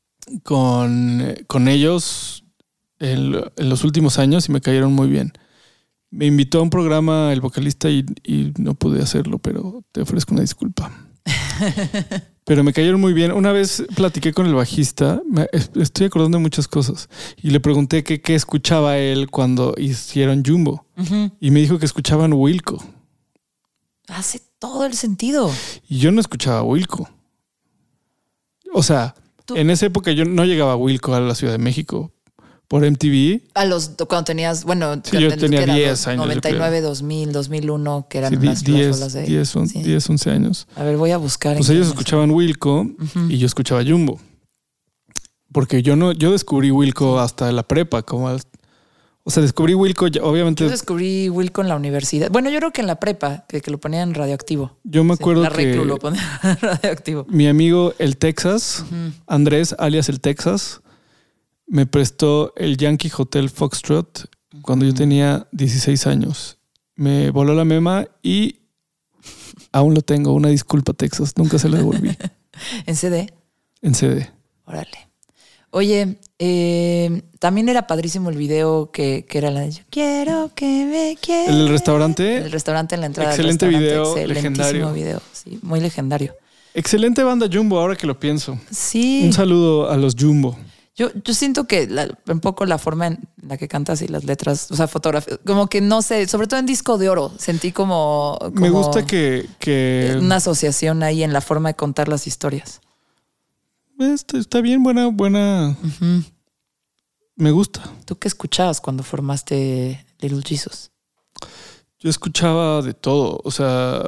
ellos en los últimos años y me cayeron muy bien. Me invitó a un programa el vocalista y no pude hacerlo, pero te ofrezco una disculpa. Pero me cayeron muy bien. Una vez platiqué con el bajista, estoy acordando de muchas cosas, y le pregunté qué escuchaba él cuando hicieron Jumbo. Y me dijo que escuchaban Wilco. Hace todo el sentido. Y yo no escuchaba Wilco. O sea, en esa época yo no llegaba a Wilco a la Ciudad de México por MTV. Cuando tenías, sí, yo tenía 10 años. 99, 2000, 2001, que eran las rolas de... 10, 11 años. A ver, voy a buscar. Pues ellos escuchaban Wilco y yo escuchaba Jumbo. Porque yo descubrí Wilco hasta la prepa. O O sea, descubrí Wilco, obviamente. Yo descubrí Wilco en la universidad. Bueno, yo creo que en la prepa, que lo ponían radioactivo. Yo me acuerdo la que Reclu lo ponían radioactivo. Mi amigo el Texas, Andrés, alias el Texas, me prestó el Yankee Hotel Foxtrot cuando yo tenía 16 años. Me voló la mema y aún lo tengo. Una disculpa, Texas. Nunca se lo devolví. ¿En CD? En CD. Órale. Oye, también era padrísimo el video que era la de Yo quiero que me quieras. El restaurante. El restaurante en la entrada. Excelente del video, legendario. Video, sí, muy legendario. Excelente banda Jumbo, ahora que lo pienso. Sí. Un saludo a los Jumbo. Yo siento que un poco la forma en la que cantas y las letras, o sea, fotografía, como que no sé, sobre todo en Disco de Oro, sentí como me gusta que una asociación ahí en la forma de contar las historias. Está bien, buena. Uh-huh. Me gusta. ¿Tú qué escuchabas cuando formaste Little Jesus? Yo escuchaba de todo. O sea,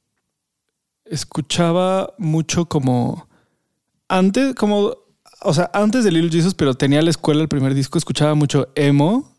escuchaba mucho antes de Little Jesus, pero tenía la escuela el primer disco, escuchaba mucho emo.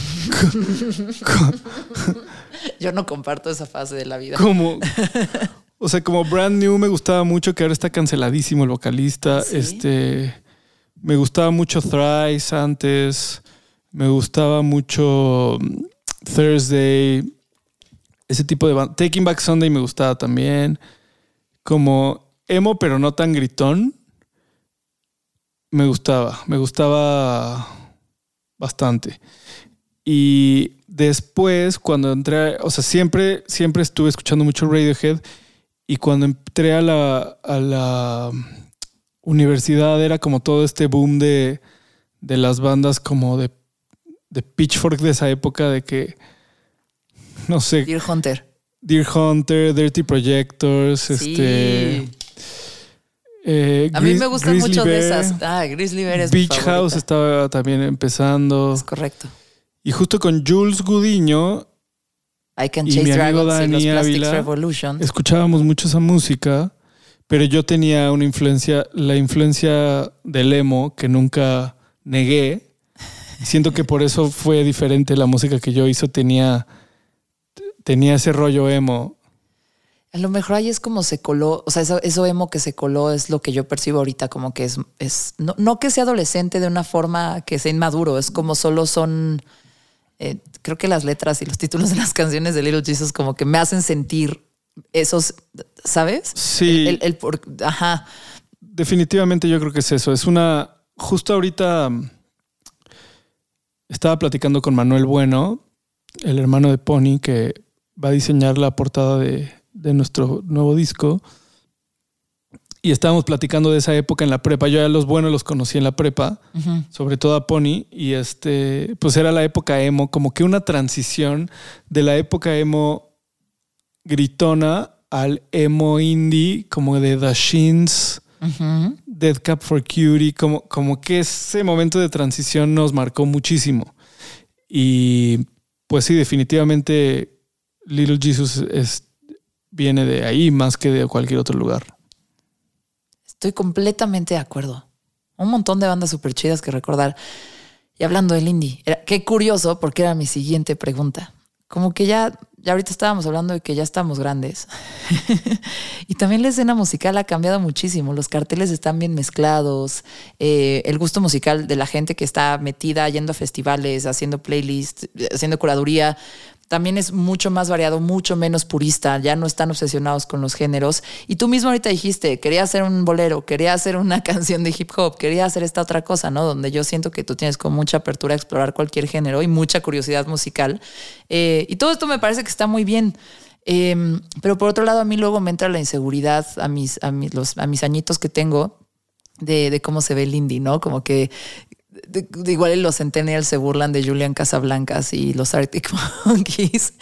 Yo no comparto esa fase de la vida. Como Brand New me gustaba mucho, que ahora está canceladísimo el vocalista. ¿Sí? Me gustaba mucho Thrice antes. Me gustaba mucho Thursday. Ese tipo de banda. Taking Back Sunday me gustaba también. Como emo, pero no tan gritón. Me gustaba bastante. Y después, cuando entré, o sea, siempre estuve escuchando mucho Radiohead. Y cuando entré a la universidad era como todo este boom de las bandas como de Pitchfork de esa época, de que, no sé. Deer Hunter, Dirty Projectors, sí. A mí me gustan mucho de esas. Grizzly Bear es Beach House estaba también empezando. Es correcto. Y justo con Jules Gudiño I Can Chase Dragons y los Plastics Revolution. Escuchábamos mucho esa música, pero yo tenía la influencia del emo que nunca negué. Siento que por eso fue diferente la música que yo hizo. Tenía ese rollo emo. A lo mejor ahí es como se coló, o sea, eso emo que se coló es lo que yo percibo ahorita, como que es no que sea adolescente de una forma que sea inmaduro, es como solo son... creo que las letras y los títulos de las canciones de Little Jesus como que me hacen sentir esos, ¿sabes? Sí. Ajá. Definitivamente yo creo que es eso. Justo ahorita estaba platicando con Manuel Bueno, el hermano de Pony, que va a diseñar la portada de nuestro nuevo disco. Y estábamos platicando de esa época en la prepa. Yo a los Buenos los conocí en la prepa, uh-huh. Sobre todo a Pony. Y pues era la época emo, como que una transición de la época emo gritona al emo indie, como de The Shins, uh-huh. Dead Cab for Cutie, como que ese momento de transición nos marcó muchísimo. Y pues sí, definitivamente Little Jesus viene de ahí más que de cualquier otro lugar. Estoy completamente de acuerdo. Un montón de bandas súper chidas que recordar. Y hablando del indie, qué curioso, porque era mi siguiente pregunta. Como que ya ahorita estábamos hablando de que ya estamos grandes. Y también la escena musical ha cambiado muchísimo. Los carteles están bien mezclados. El gusto musical de la gente que está metida, yendo a festivales, haciendo playlists, haciendo curaduría, también es mucho más variado, mucho menos purista. Ya no están obsesionados con los géneros. Y tú mismo ahorita dijiste, quería hacer un bolero, quería hacer una canción de hip hop, quería hacer esta otra cosa, ¿no? Donde yo siento que tú tienes con mucha apertura a explorar cualquier género y mucha curiosidad musical. Y todo esto me parece que está muy bien. Pero por otro lado, a mí luego me entra la inseguridad a mis añitos que tengo de cómo se ve el indie, ¿no? Como que igual los Centennials se burlan de Julian Casablancas y los Arctic Monkeys.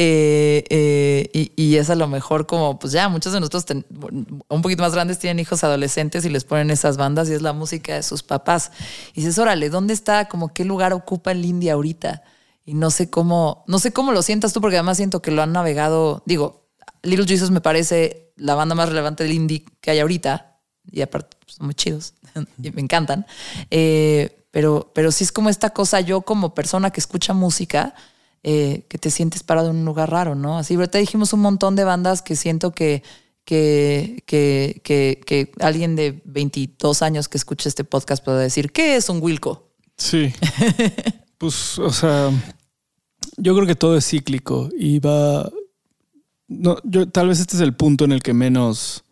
Y es a lo mejor como, pues ya, muchos de nosotros un poquito más grandes tienen hijos adolescentes y les ponen esas bandas y es la música de sus papás. Y dices, órale, ¿dónde está? Como qué lugar ocupa el indie ahorita? Y no sé cómo lo sientas tú, porque además siento que lo han navegado. Digo, Little Jesus me parece la banda más relevante del indie que hay ahorita. Y aparte, pues, son muy chidos y me encantan. Pero sí es como esta cosa, yo como persona que escucha música, que te sientes parado en un lugar raro, ¿no? Así, ahorita dijimos un montón de bandas que siento que alguien de 22 años que escuche este podcast puede decir, ¿qué es un Wilco? Sí. Pues, o sea, yo creo que todo es cíclico y va... No, tal vez este es el punto en el que menos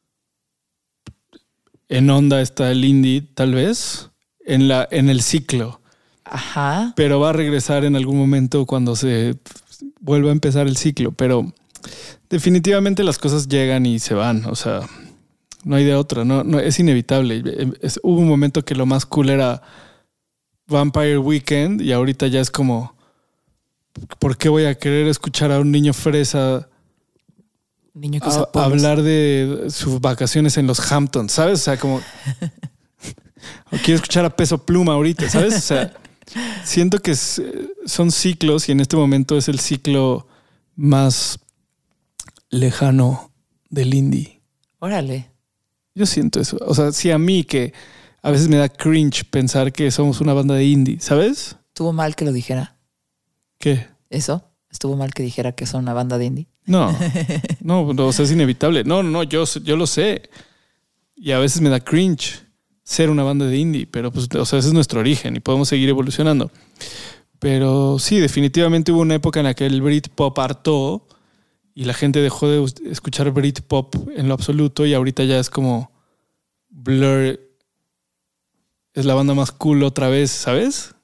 en onda está el indie, tal vez, en el ciclo. Ajá. Pero va a regresar en algún momento cuando se vuelva a empezar el ciclo. Pero definitivamente las cosas llegan y se van. O sea, no hay de otra. No, es inevitable. Hubo un momento que lo más cool era Vampire Weekend y ahorita ya es como, ¿por qué voy a querer escuchar a un niño fresa hablar de sus vacaciones en los Hamptons? ¿Sabes? O sea, como... o quiero escuchar a Peso Pluma ahorita, ¿sabes? O sea, siento que son ciclos y en este momento es el ciclo más lejano del indie. Órale. Yo siento eso. O sea, sí, a mí que a veces me da cringe pensar que somos una banda de indie, ¿sabes? ¿Estuvo mal que lo dijera? ¿Qué? ¿Eso? ¿Estuvo mal que dijera que son una banda de indie? No, o sea, es inevitable. No, yo lo sé. Y a veces me da cringe ser una banda de indie, pero pues, o sea, ese es nuestro origen y podemos seguir evolucionando. Pero sí, definitivamente hubo una época en la que el Britpop hartó y la gente dejó de escuchar Britpop en lo absoluto y ahorita ya es como Blur es la banda más cool otra vez, ¿sabes?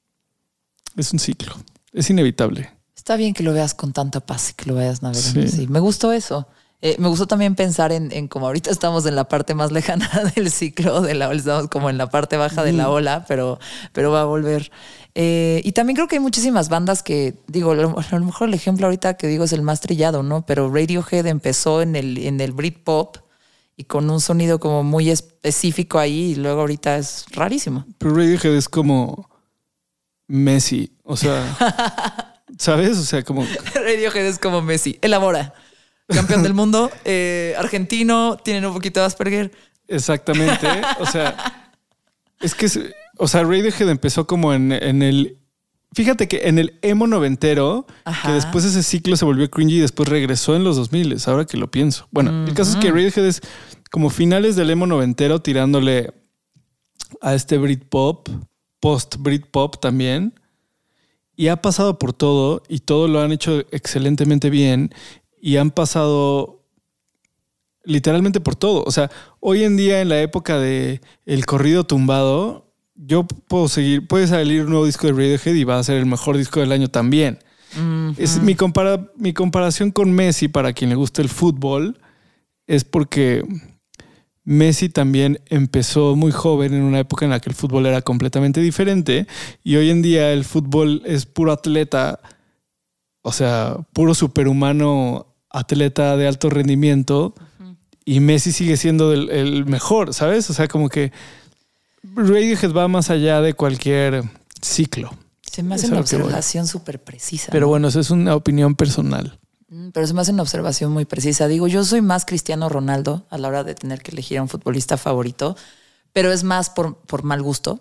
Es un ciclo, es inevitable. Está bien que lo veas con tanta paz y que lo vayas navegando. Sí. Me gustó eso. Me gustó también pensar en como ahorita estamos en la parte más lejana del ciclo, estamos como en la parte baja de la ola, pero va a volver. Y también creo que hay muchísimas bandas que, digo, a lo mejor el ejemplo ahorita que digo es el más trillado, ¿no? Pero Radiohead empezó en el Britpop y con un sonido como muy específico ahí y luego ahorita es rarísimo. Pero Radiohead es como Messi, o sea... ¿Sabes? O sea, como... Radiohead es como Messi. Elabora. Campeón del mundo, argentino, tienen un poquito de Asperger. Exactamente. O sea, es que... Radiohead empezó como en el... Fíjate que en el emo noventero, que después ese ciclo se volvió cringy y después regresó en los 2000, ahora que lo pienso. Bueno, el caso es que Radiohead es como finales del emo noventero tirándole a este Britpop, post-Britpop también. Y ha pasado por todo y todo lo han hecho excelentemente bien y han pasado literalmente por todo. O sea, hoy en día en la época de el corrido tumbado, yo puede salir un nuevo disco de Radiohead y va a ser el mejor disco del año también. Uh-huh. Es mi comparación con Messi, para quien le gusta el fútbol, es porque Messi también empezó muy joven en una época en la que el fútbol era completamente diferente y hoy en día el fútbol es puro atleta, o sea, puro superhumano atleta de alto rendimiento y Messi sigue siendo el mejor, ¿sabes? O sea, como que Radiohead va más allá de cualquier ciclo. Se me hace una observación súper precisa. Pero bueno, eso es una opinión personal. Pero se me hace una observación muy precisa. Digo, yo soy más Cristiano Ronaldo a la hora de tener que elegir a un futbolista favorito, pero es más por mal gusto.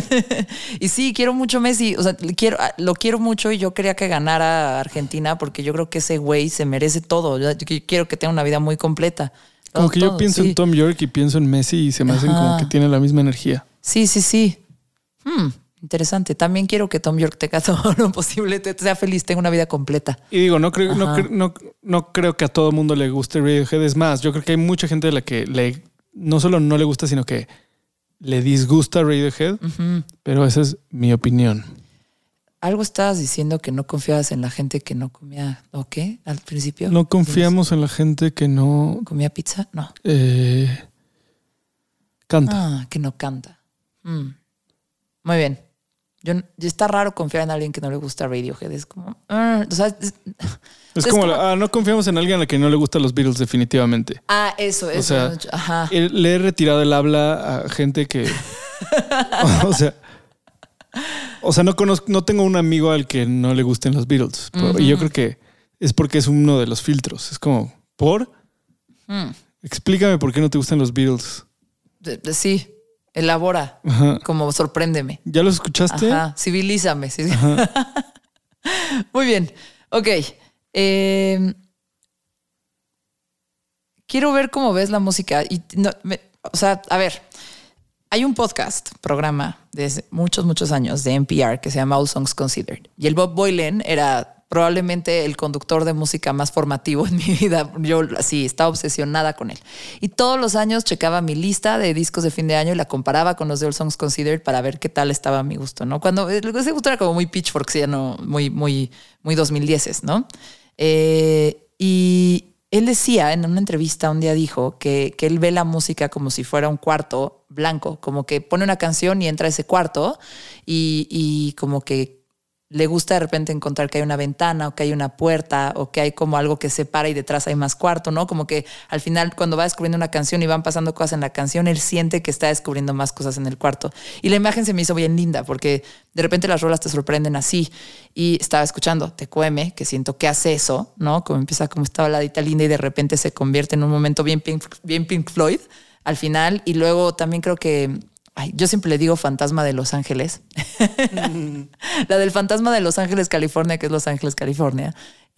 Y sí, quiero mucho Messi. O sea, lo quiero mucho y yo quería que ganara Argentina porque yo creo que ese güey se merece todo. Yo quiero que tenga una vida muy completa. Como que yo pienso en Tom York y pienso en Messi y se me hacen como que tienen la misma energía. Sí. Interesante. También quiero que Tom York tenga todo lo posible, sea feliz, tenga una vida completa. Y digo, no creo que a todo mundo le guste Radiohead. Es más, yo creo que hay mucha gente a la que no solo no le gusta, sino que le disgusta Radiohead. Uh-huh. Pero esa es mi opinión. Algo estabas diciendo que no confiabas en la gente que no comía, ¿o qué? Al principio. No confiamos en la gente que no... ¿Comía pizza? No. Canta. Que no canta. Muy bien. Está raro confiar en alguien que no le gusta Radiohead. Es como... es como no confiamos en alguien a la que no le gustan los Beatles definitivamente. Eso. O sea, le he retirado el habla a gente que... O sea, no tengo un amigo al que no le gusten los Beatles. Uh-huh. Y yo creo que es porque es uno de los filtros. Es como, ¿por? Explícame por qué no te gustan los Beatles. Sí. Elabora. Ajá. Como sorpréndeme. ¿Ya los escuchaste? Ajá. Civilízame. Ajá. Muy bien. Ok. Quiero ver cómo ves la música. A ver, hay un programa desde muchos años de NPR que se llama All Songs Considered. Y el Bob Boilen era probablemente el conductor de música más formativo en mi vida. Yo así estaba obsesionada con él. Y todos los años checaba mi lista de discos de fin de año y la comparaba con los de All Songs Considered para ver qué tal estaba a mi gusto, ¿no? Cuando ese gusto era como muy Pitchfork, ya no, muy 2010s, ¿no? Y él decía en una entrevista un día dijo que él ve la música como si fuera un cuarto blanco, como que pone una canción y entra a ese cuarto y como que le gusta de repente encontrar que hay una ventana o que hay una puerta o que hay como algo que separa y detrás hay más cuarto, ¿no? Como que al final cuando va descubriendo una canción y van pasando cosas en la canción, él siente que está descubriendo más cosas en el cuarto. Y la imagen se me hizo bien linda porque de repente las rolas te sorprenden así. Y estaba escuchando TQM, que siento que hace eso, ¿no? Como empieza como esta baladita linda y de repente se convierte en un momento bien Pink Floyd al final. Y luego también creo que... yo siempre le digo Fantasma de Los Ángeles. La del Fantasma de Los Ángeles, California, que es Los Ángeles, California.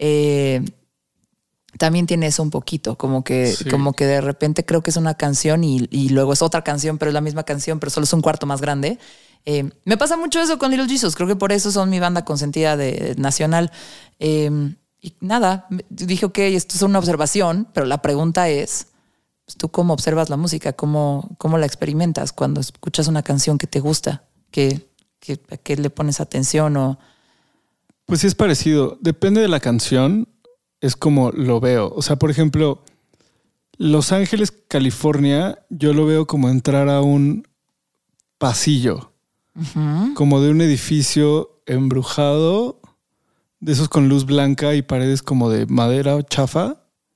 También tiene eso un poquito, como que de repente creo que es una canción y luego es otra canción, pero es la misma canción, pero solo es un cuarto más grande. Me pasa mucho eso con Little Jesus. Creo que por eso son mi banda consentida nacional. Y nada, dije, ok, esto es una observación, pero la pregunta es... ¿Tú cómo observas la música? ¿Cómo la experimentas cuando escuchas una canción que te gusta? ¿A qué le pones atención? Pues sí es parecido. Depende de la canción, es como lo veo. O sea, por ejemplo, Los Ángeles, California, yo lo veo como entrar a un pasillo. Uh-huh. Como de un edificio embrujado, de esos con luz blanca y paredes como de madera o chafa.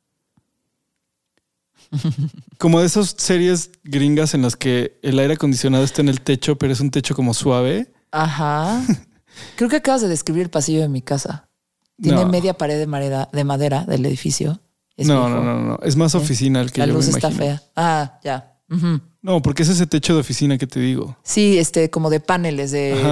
Como de esas series gringas en las que el aire acondicionado está en el techo, pero es un techo como suave. Ajá. Creo que acabas de describir el pasillo de mi casa. Tiene media pared de madera del edificio. No. Es más oficina el que yo me imagino. La luz está fea. Ah, ya. Uh-huh. No, porque es ese techo de oficina que te digo. Sí, como de paneles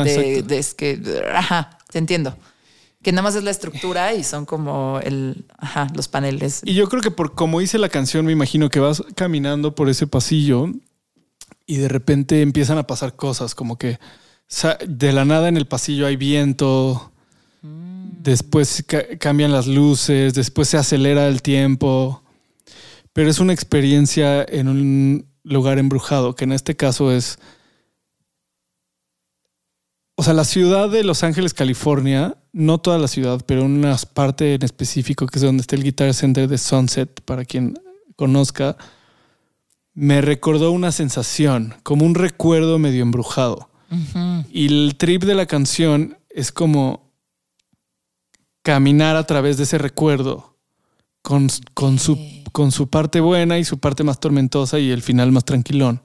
Ajá, te entiendo. Que nada más es la estructura y son como los paneles. Y yo creo que por como hice la canción, me imagino que vas caminando por ese pasillo y de repente empiezan a pasar cosas, como que de la nada en el pasillo hay viento, después cambian las luces, después se acelera el tiempo, pero es una experiencia en un lugar embrujado, que en este caso es... O sea, la ciudad de Los Ángeles, California, no toda la ciudad, pero una parte en específico, que es donde está el Guitar Center de Sunset, para quien conozca, me recordó una sensación, como un recuerdo medio embrujado. Uh-huh. Y el trip de la canción es como caminar a través de ese recuerdo con su parte buena y su parte más tormentosa y el final más tranquilón.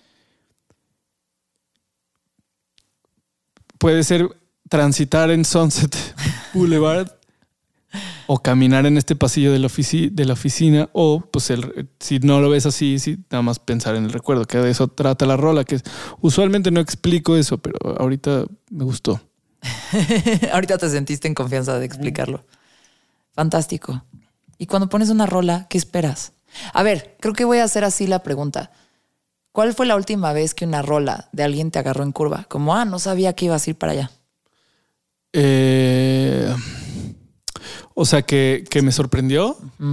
Puede ser transitar en Sunset Boulevard o caminar en este pasillo de la oficina o, pues, si no lo ves así, nada más pensar en el recuerdo, que de eso trata la rola, que usualmente no explico eso, pero ahorita me gustó. Ahorita te sentiste en confianza de explicarlo. Fantástico. Y cuando pones una rola, ¿qué esperas? A ver, creo que voy a hacer así la pregunta. ¿Cuál fue la última vez que una rola de alguien te agarró en curva? Como, no sabía que ibas a ir para allá. O sea, que me sorprendió. Uh-huh.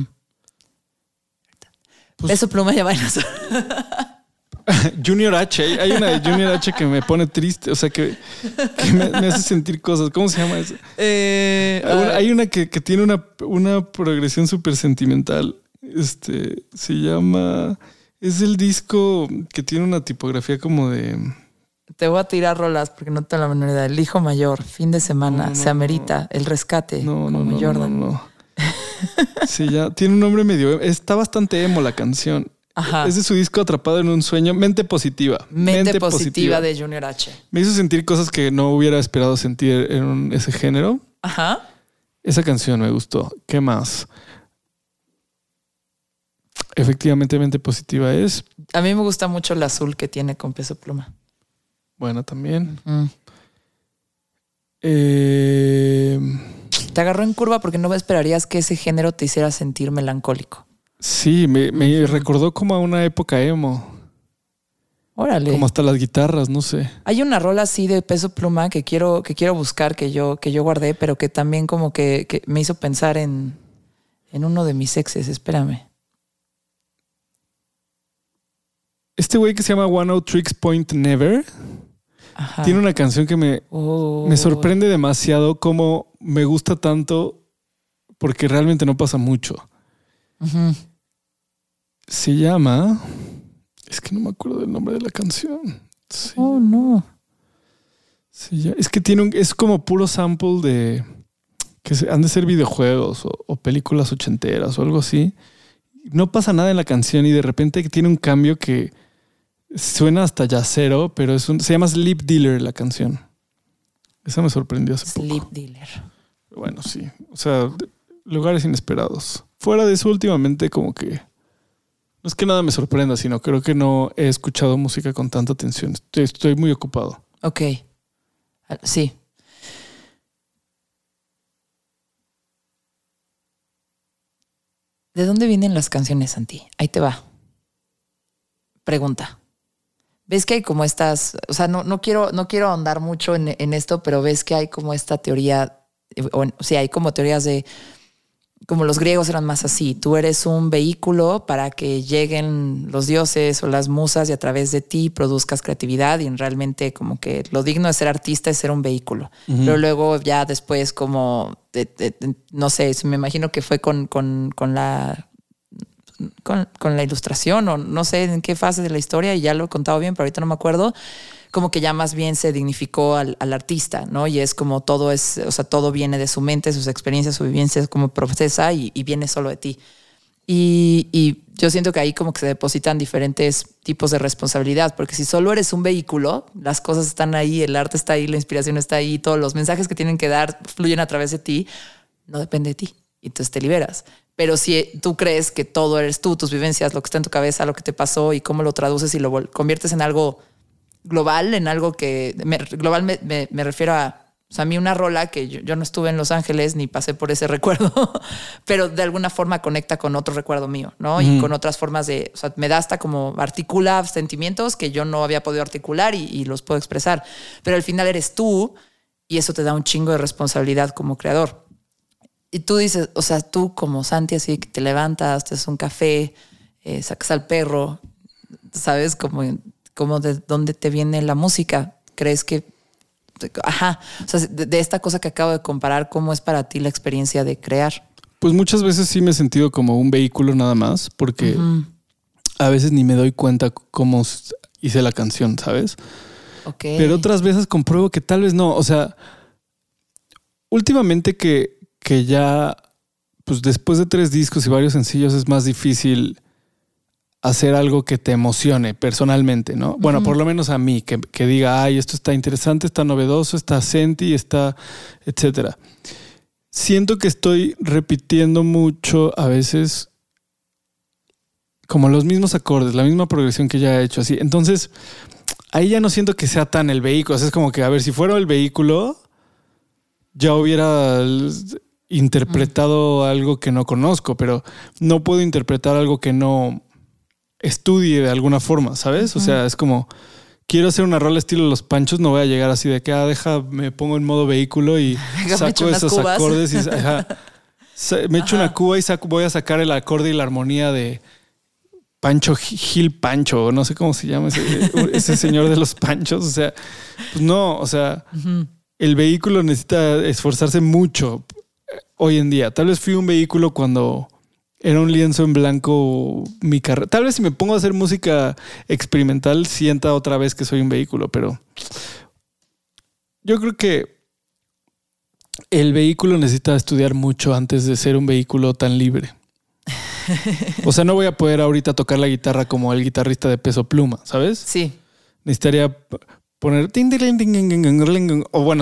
Pues, eso pluma ya bailas. Junior H. Hay una de Junior H que me pone triste. O sea, que me hace sentir cosas. ¿Cómo se llama eso? Hay una que tiene una progresión súper sentimental. Se llama... Es el disco que tiene una tipografía como de... Te voy a tirar rolas porque no tengo la menor idea. El hijo mayor, fin de semana, se amerita, el rescate, como Jordan. No. Sí, ya tiene un nombre medio... Está bastante emo la canción. Ajá. Es de su disco Atrapado en un sueño. Mente positiva. Mente positiva de Junior H. Me hizo sentir cosas que no hubiera esperado sentir en ese género. Ajá. Esa canción me gustó. ¿Qué más? efectivamente mente positiva es. A mí me gusta mucho el azul que tiene con Peso Pluma. Bueno, también. Te agarró en curva porque no esperarías que ese género te hiciera sentir melancólico. Sí, me recordó como a una época emo. Órale. Como hasta las guitarras, no sé. Hay una rola así de Peso Pluma que quiero buscar, que yo guardé, pero que también como que me hizo pensar en uno de mis exes. Espérame. Este güey que se llama One Out Tricks Point Never. Ajá. Tiene una canción que me sorprende demasiado, cómo me gusta tanto, porque realmente no pasa mucho. Uh-huh. Se llama... Es que no me acuerdo del nombre de la canción. Sí. Oh, no. Sí, es que es como puro sample de... que han de ser videojuegos o películas ochenteras o algo así. No pasa nada en la canción y de repente tiene un cambio que suena hasta jazzero, pero se llama Sleep Dealer la canción. Esa me sorprendió hace poco. Sleep Dealer. Bueno, sí. O sea, lugares inesperados. Fuera de eso, últimamente como que... No es que nada me sorprenda, sino creo que no he escuchado música con tanta atención. Estoy muy ocupado. Ok. Sí. ¿De dónde vienen las canciones, Santi? Ahí te va. Pregunta. ¿Ves que hay como estas... O sea, no quiero ahondar mucho en esto, pero ves que hay como esta teoría... hay como teorías de... Como los griegos eran más así. Tú eres un vehículo para que lleguen los dioses o las musas y a través de ti produzcas creatividad, y realmente como que lo digno de ser artista es ser un vehículo. Uh-huh. Pero luego ya después como... no sé, me imagino que fue con la ilustración o no sé en qué fase de la historia, y ya lo he contado bien, pero ahorita no me acuerdo. Como que ya más bien se dignificó al artista, ¿no? Y es como todo es, o sea, todo viene de su mente, sus experiencias, su vivencia como procesa y viene solo de ti. Y yo siento que ahí como que se depositan diferentes tipos de responsabilidad, porque si solo eres un vehículo, las cosas están ahí, el arte está ahí, la inspiración está ahí, todos los mensajes que tienen que dar fluyen a través de ti, no depende de ti. Y entonces te liberas. Pero si tú crees que todo eres tú, tus vivencias, lo que está en tu cabeza, lo que te pasó y cómo lo traduces y lo conviertes en algo global, en algo que... global me refiero a... O sea, a mí una rola que yo no estuve en Los Ángeles ni pasé por ese recuerdo, pero de alguna forma conecta con otro recuerdo mío, ¿no? Y con otras formas de... O sea, me da hasta como articula sentimientos que yo no había podido articular y los puedo expresar. Pero al final eres tú y eso te da un chingo de responsabilidad como creador. Y tú dices, o sea, tú como Santi, así que te levantas, te haces un café, sacas al perro, ¿sabes? Como de dónde te viene la música. ¿Crees que... Ajá, o sea, de esta cosa que acabo de comparar, ¿cómo es para ti la experiencia de crear? Pues muchas veces sí me he sentido como un vehículo nada más, porque a veces ni me doy cuenta cómo hice la canción, ¿sabes? Okay. Pero otras veces compruebo que tal vez no. O sea, últimamente que ya, pues después de 3 discos y varios sencillos es más difícil hacer algo que te emocione personalmente, ¿no? Uh-huh. Bueno, por lo menos a mí, que diga, ay, esto está interesante, está novedoso, está senti, está, etcétera. Siento que estoy repitiendo mucho a veces como los mismos acordes, la misma progresión que ya he hecho así. Entonces, ahí ya no siento que sea tan el vehículo. O sea, es como que, a ver, si fuera el vehículo, ya hubiera interpretado algo que no conozco, pero no puedo interpretar algo que no estudie de alguna forma, ¿sabes? O sea, es como, quiero hacer una rola estilo Los Panchos, no voy a llegar así de que, me pongo en modo vehículo y saco esos acordes y me echo una cuba y voy a sacar el acorde y la armonía de Pancho Gil Pancho, no sé cómo se llama ese señor de los Panchos. O sea, pues no, o sea, el vehículo necesita esforzarse mucho hoy en día. Tal vez fui un vehículo cuando era un lienzo en blanco mi carrera. Tal vez si me pongo a hacer música experimental sienta otra vez que soy un vehículo, pero yo creo que el vehículo necesita estudiar mucho antes de ser un vehículo tan libre. O sea, no voy a poder ahorita tocar la guitarra como el guitarrista de Peso Pluma, ¿sabes? Sí. Necesitaría poner... O bueno,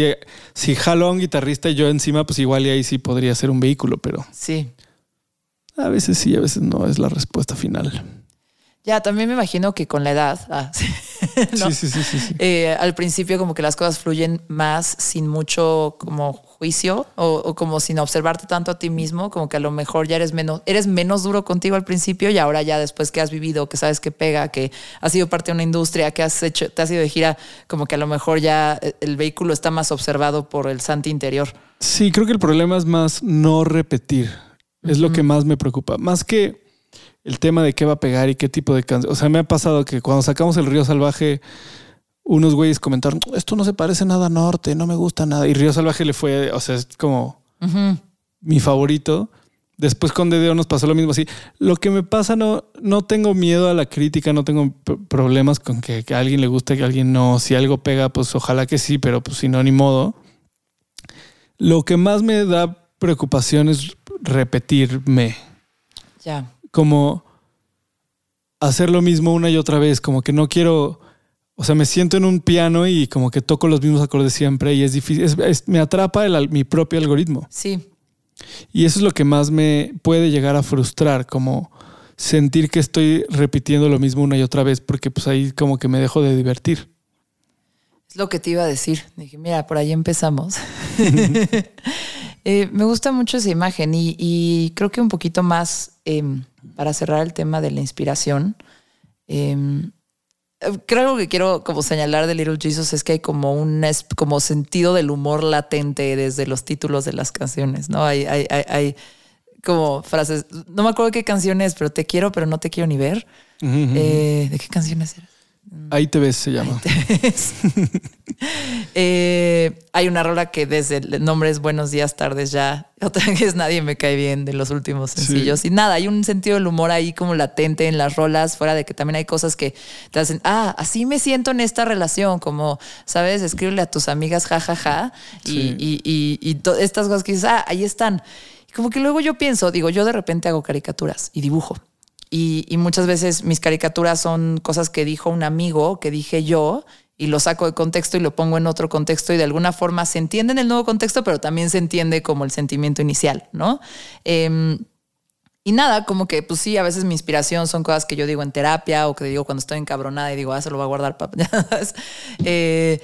si jalo a un guitarrista y yo encima, pues igual y ahí sí podría ser un vehículo, pero... Sí. A veces sí, a veces no es la respuesta final. Ya, también me imagino que con la edad, ¿no? Sí. Al principio como que las cosas fluyen más sin mucho como juicio o como sin observarte tanto a ti mismo, como que a lo mejor ya eres menos duro contigo al principio y ahora ya después que has vivido, que sabes que pega, que has sido parte de una industria, que te has ido de gira, como que a lo mejor ya el vehículo está más observado por el Santi interior. Sí, creo que el problema es más no repetir. Es lo que más me preocupa. Más que el tema de qué va a pegar y qué tipo de canción. O sea, me ha pasado que cuando sacamos El Río Salvaje, unos güeyes comentaron, esto no se parece nada a Norte, no me gusta nada. Y Río Salvaje le fue, o sea, es como mi favorito. Después con DDO nos pasó lo mismo así. Lo que me pasa, no tengo miedo a la crítica, no tengo problemas con que a alguien le guste, que a alguien no. Si algo pega, pues ojalá que sí, pero pues si no, ni modo. Lo que más me da preocupación es repetirme. Ya. Como hacer lo mismo una y otra vez, como que no quiero, o sea, me siento en un piano y como que toco los mismos acordes siempre y es difícil, me atrapa mi propio algoritmo. Sí. Y eso es lo que más me puede llegar a frustrar, como sentir que estoy repitiendo lo mismo una y otra vez, porque pues ahí como que me dejo de divertir. Es lo que te iba a decir. Dije, mira, por ahí empezamos. Me gusta mucho esa imagen y creo que un poquito más para cerrar el tema de la inspiración. Creo que quiero como señalar de Little Jesus es que hay como como sentido del humor latente desde los títulos de las canciones, ¿no? Hay como frases, no me acuerdo qué canción es, pero te quiero, pero no te quiero ni ver. ¿De qué canciones eran? Ahí te ves, se llama. Hay una rola que desde el nombre es Buenos días, tardes ya. Otra que es Nadie me cae bien, de los últimos sencillos. Sí. Y nada, hay un sentido del humor ahí como latente en las rolas, fuera de que también hay cosas que te hacen, así me siento en esta relación, como, ¿sabes? Escríbele a tus amigas, jajaja. Sí. Y estas cosas que dices, ahí están. Y como que luego yo pienso, digo, yo de repente hago caricaturas y dibujo. Y muchas veces mis caricaturas son cosas que dijo un amigo, que dije yo, y lo saco de contexto y lo pongo en otro contexto y de alguna forma se entiende en el nuevo contexto, pero también se entiende como el sentimiento inicial, ¿no? Y nada, como que pues sí, a veces mi inspiración son cosas que yo digo en terapia o que digo cuando estoy encabronada y digo, se lo voy a guardar para... ¿De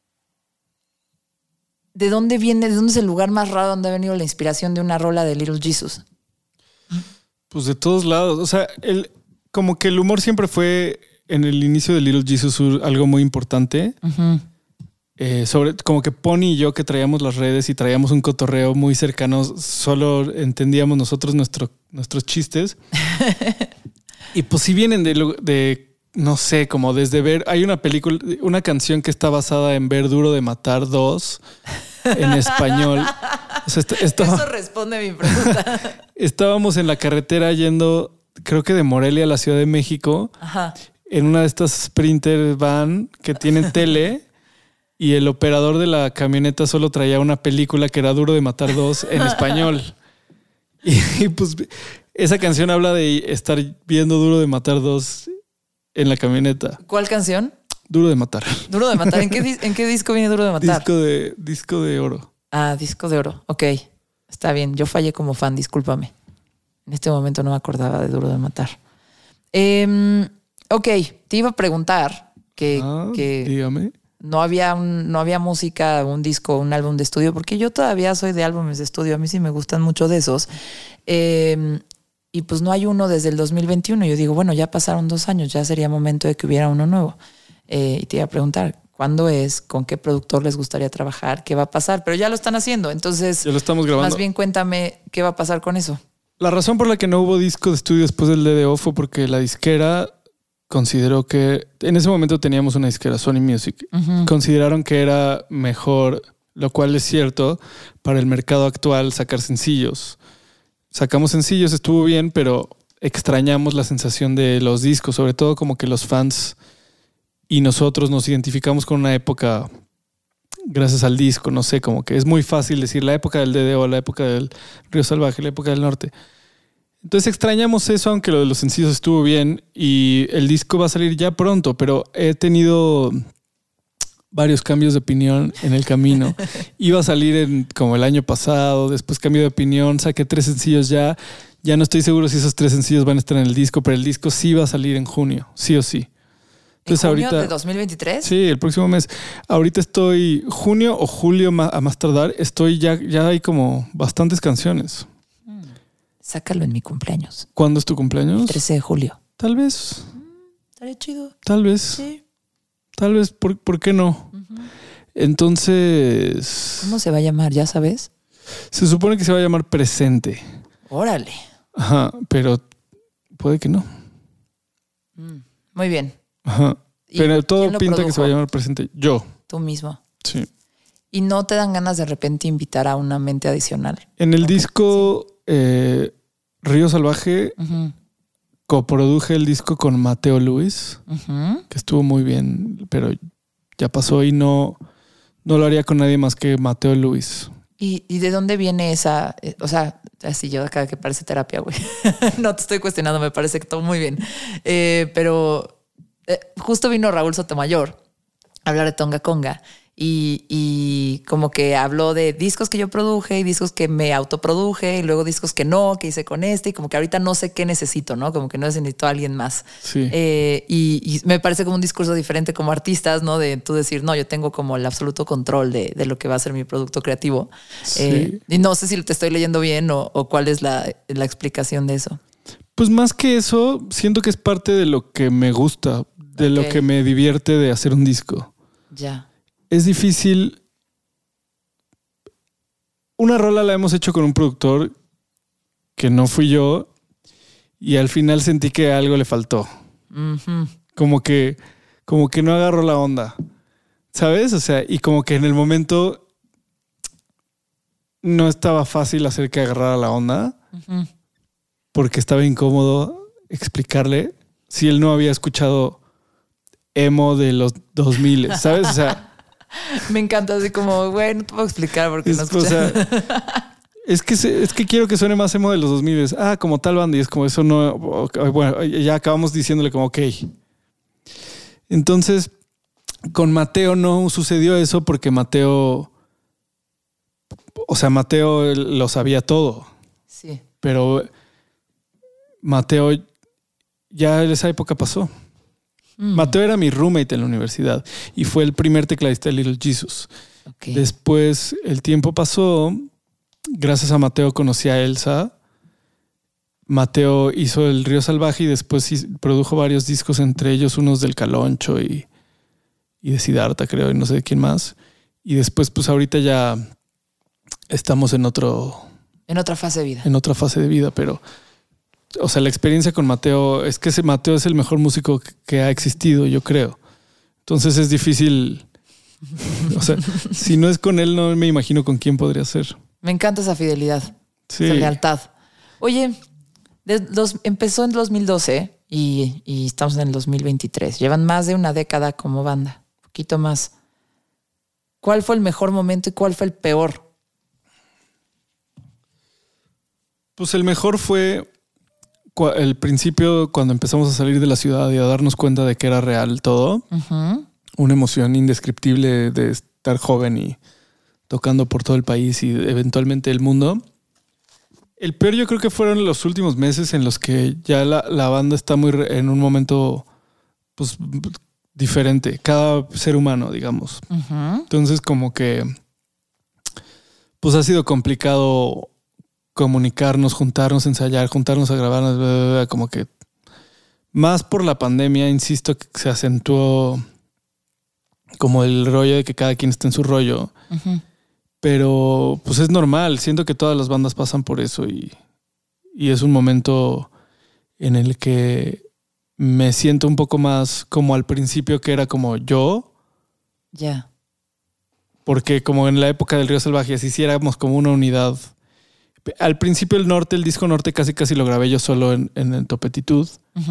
dónde viene, de dónde es el lugar más raro donde ha venido la inspiración de una rola de Little Jesus? Pues de todos lados. O sea, como que el humor siempre fue en el inicio de Little Jesus algo muy importante. Sobre como que Pony y yo que traíamos las redes y traíamos un cotorreo muy cercano, solo entendíamos nosotros nuestros chistes. Y pues si vienen de no sé, como desde ver, hay una canción que está basada en Ver Duro de Matar 2 en español. O sea, eso responde a mi pregunta. Estábamos en la carretera yendo, creo que de Morelia a la Ciudad de México, en una de estas Sprinter van que tienen tele y el operador de la camioneta solo traía una película que era Duro de Matar 2 en español. Y pues esa canción habla de estar viendo Duro de Matar 2 en la camioneta. ¿Cuál canción? Duro de Matar. Duro de Matar. ¿En qué disco viene Duro de Matar? Disco de oro. Disco de oro. Ok. Está bien. Yo fallé como fan, discúlpame. En este momento no me acordaba de Duro de Matar. Ok. Te iba a preguntar que dígame. No había música, un disco, un álbum de estudio, porque yo todavía soy de álbumes de estudio. A mí sí me gustan mucho de esos. Y pues no hay uno desde el 2021. Yo digo, bueno, ya pasaron 2 años, ya sería momento de que hubiera uno nuevo. Y te iba a preguntar, ¿cuándo es? ¿Con qué productor les gustaría trabajar? ¿Qué va a pasar? Pero ya lo están haciendo, entonces... Ya lo estamos grabando. Más bien cuéntame qué va a pasar con eso. La razón por la que no hubo disco de estudio después del DDO fue porque la disquera consideró que... En ese momento teníamos una disquera, Sony Music. Consideraron que era mejor, lo cual es cierto, para el mercado actual sacar sencillos. Sacamos sencillos, estuvo bien, pero extrañamos la sensación de los discos, sobre todo como que los fans y nosotros nos identificamos con una época gracias al disco, no sé, como que es muy fácil decir la época del DDO, la época del Río Salvaje, la época del Norte. Entonces extrañamos eso, aunque lo de los sencillos estuvo bien y el disco va a salir ya pronto, pero he tenido varios cambios de opinión en el camino. Iba a salir como el año pasado, después cambié de opinión, saqué 3 sencillos ya. Ya no estoy seguro si esos 3 sencillos van a estar en el disco, pero el disco sí va a salir en junio, sí o sí. Entonces, ¿en junio de 2023? Sí, el próximo mes. Ahorita estoy junio o julio a más tardar. Estoy ya hay como bastantes canciones. Sácalo en mi cumpleaños. ¿Cuándo es tu cumpleaños? El 13 de julio. Tal vez. Estaría chido. Tal vez. Sí. Tal vez, ¿por qué no? Entonces... ¿Cómo se va a llamar? ¿Ya sabes? Se supone que se va a llamar Presente. Órale. Ajá, pero puede que no. Muy bien. Ajá. Pero todo pinta que se va a llamar Presente. Yo. Tú mismo. Sí. ¿Y no te dan ganas de repente invitar a una mente adicional? En el disco Río Salvaje coproduje el disco con Mateo Luis, que estuvo muy bien, pero ya pasó y no lo haría con nadie más que Mateo Luis. ¿Y de dónde viene esa? O sea, así yo acá que parece terapia, güey. No te estoy cuestionando, me parece que todo muy bien. Pero justo vino Raúl Sotomayor a hablar de Tonga Conga y como que habló de discos que yo produje y discos que me autoproduje y luego discos que hice con y como que ahorita no sé qué necesito, ¿no? Como que no necesito a alguien más. Sí. Y me parece como un discurso diferente como artistas, ¿no? De tú decir, no, yo tengo como el absoluto control de lo que va a ser mi producto creativo. Sí. Y no sé si te estoy leyendo bien o cuál es la explicación de eso. Pues más que eso, siento que es parte de lo que me gusta, de lo que me divierte de hacer un disco. Ya. Es difícil. Una rola la hemos hecho con un productor que no fui yo y al final sentí que algo le faltó. Como que no agarró la onda, ¿sabes? O sea, y como que en el momento no estaba fácil hacer que agarrara la onda porque estaba incómodo explicarle si él no había escuchado emo de los 2000, ¿sabes? O sea, me encanta, así como, güey, no te puedo explicar porque no escuché. O sea, es que quiero que suene más emo de los 2000. Como tal banda. Y es como eso no... Bueno, ya acabamos diciéndole como ok. Entonces, con Mateo no sucedió eso porque Mateo... O sea, Mateo lo sabía todo. Sí. Pero Mateo ya esa época pasó. Mateo era mi roommate en la universidad y fue el primer tecladista de Little Jesus. Okay. Después el tiempo pasó, gracias a Mateo conocí a Elsa. Mateo hizo el Río Salvaje y después produjo varios discos, entre ellos unos del Caloncho y de Siddhartha, creo, y no sé de quién más. Y después, pues ahorita ya estamos en otra fase de vida. En otra fase de vida, pero... O sea, la experiencia con Mateo es que ese Mateo es el mejor músico que ha existido, yo creo. Entonces es difícil. O sea, si no es con él, no me imagino con quién podría ser. Me encanta esa fidelidad, esa lealtad. Oye, empezó en 2012 y estamos en el 2023. Llevan más de una década como banda, un poquito más. ¿Cuál fue el mejor momento y cuál fue el peor? Pues el mejor fue... el principio, cuando empezamos a salir de la ciudad y a darnos cuenta de que era real todo, una emoción indescriptible de estar joven y tocando por todo el país y eventualmente el mundo. El peor yo creo que fueron los últimos meses en los que ya la banda está muy en un momento pues diferente, cada ser humano, digamos. Entonces como que pues ha sido complicado comunicarnos, juntarnos, ensayar, juntarnos a grabar, como que más por la pandemia, insisto, que se acentuó como el rollo de que cada quien está en su rollo. Pero pues es normal, siento que todas las bandas pasan por eso y es un momento en el que me siento un poco más como al principio que era como yo. Ya. Porque como en la época del Río Salvaje, así sí éramos como una unidad. Al principio el disco norte casi lo grabé yo solo en el Topetitud.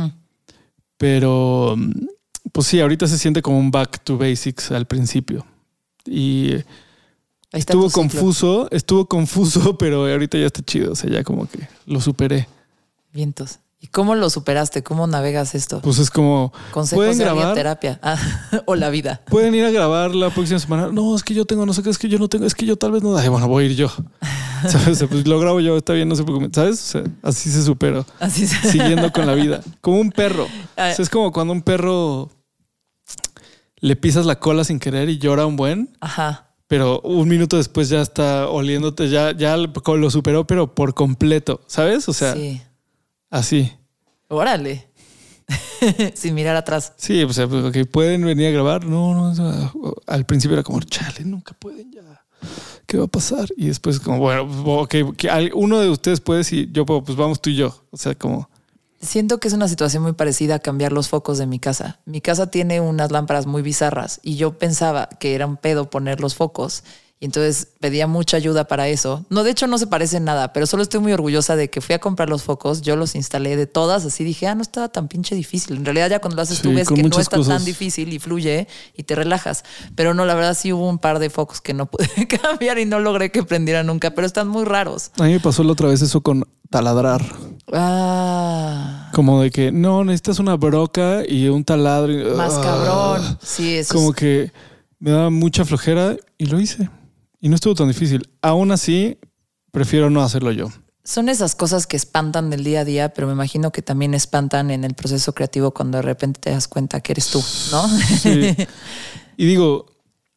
Pero pues sí, ahorita se siente como un back to basics al principio. Y estuvo confuso, pero ahorita ya está chido. O sea, ya como que lo superé. Vientos. ¿Y cómo lo superaste? ¿Cómo navegas esto? Pues es como... Consejos de vida, terapia. O la vida. Pueden ir a grabar la próxima semana. No, es que yo tengo, no sé qué, es que yo no tengo, es que yo tal vez no. Bueno, voy a ir yo. ¿Sabes? O sea, pues lo grabo yo, está bien, no se preocupen. ¿Sabes? O sea, así se superó. Siguiendo con la vida. Como un perro. O sea, es como cuando un perro le pisas la cola sin querer y llora un buen. Ajá. Pero un minuto después ya está oliéndote, ya lo superó, pero por completo. ¿Sabes? O sea, sí. Así. Órale. Sin mirar atrás. Sí, o sea, que pueden venir a grabar. No, al principio era como, chale, nunca pueden ya. ¿Qué va a pasar? Y después como, bueno, que uno de ustedes puede, y yo puedo, pues vamos tú y yo. O sea, como... Siento que es una situación muy parecida a cambiar los focos de mi casa. Mi casa tiene unas lámparas muy bizarras y yo pensaba que era un pedo poner los focos. Y entonces pedía mucha ayuda para eso. No, de hecho no se parece en nada, pero solo estoy muy orgullosa de que fui a comprar los focos, yo los instalé de todas, así dije, no estaba tan pinche difícil. En realidad ya cuando lo haces tú ves que no está tan difícil y fluye y te relajas. Pero no, la verdad sí hubo un par de focos que no pude cambiar y no logré que prendieran nunca, pero están muy raros. A mí me pasó la otra vez eso con taladrar. Como de que no, necesitas una broca y un taladro. Más cabrón. Sí, eso como que me daba mucha flojera y lo hice. Y no estuvo tan difícil. Aún así, prefiero no hacerlo yo. Son esas cosas que espantan del día a día, pero me imagino que también espantan en el proceso creativo cuando de repente te das cuenta que eres tú, ¿no? Sí. Y digo,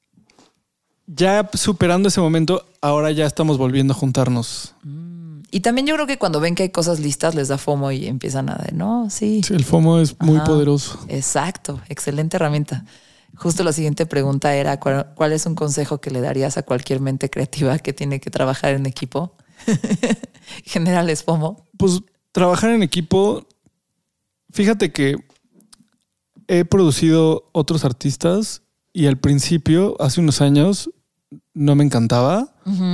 ya superando ese momento, ahora ya estamos volviendo a juntarnos. Y también yo creo que cuando ven que hay cosas listas les da FOMO y empiezan a no, sí. Sí, el FOMO es muy poderoso. Exacto, excelente herramienta. Justo la siguiente pregunta era, ¿cuál es un consejo que le darías a cualquier mente creativa que tiene que trabajar en equipo? General es FOMO. Pues trabajar en equipo, fíjate que he producido otros artistas y al principio, hace unos años, no me encantaba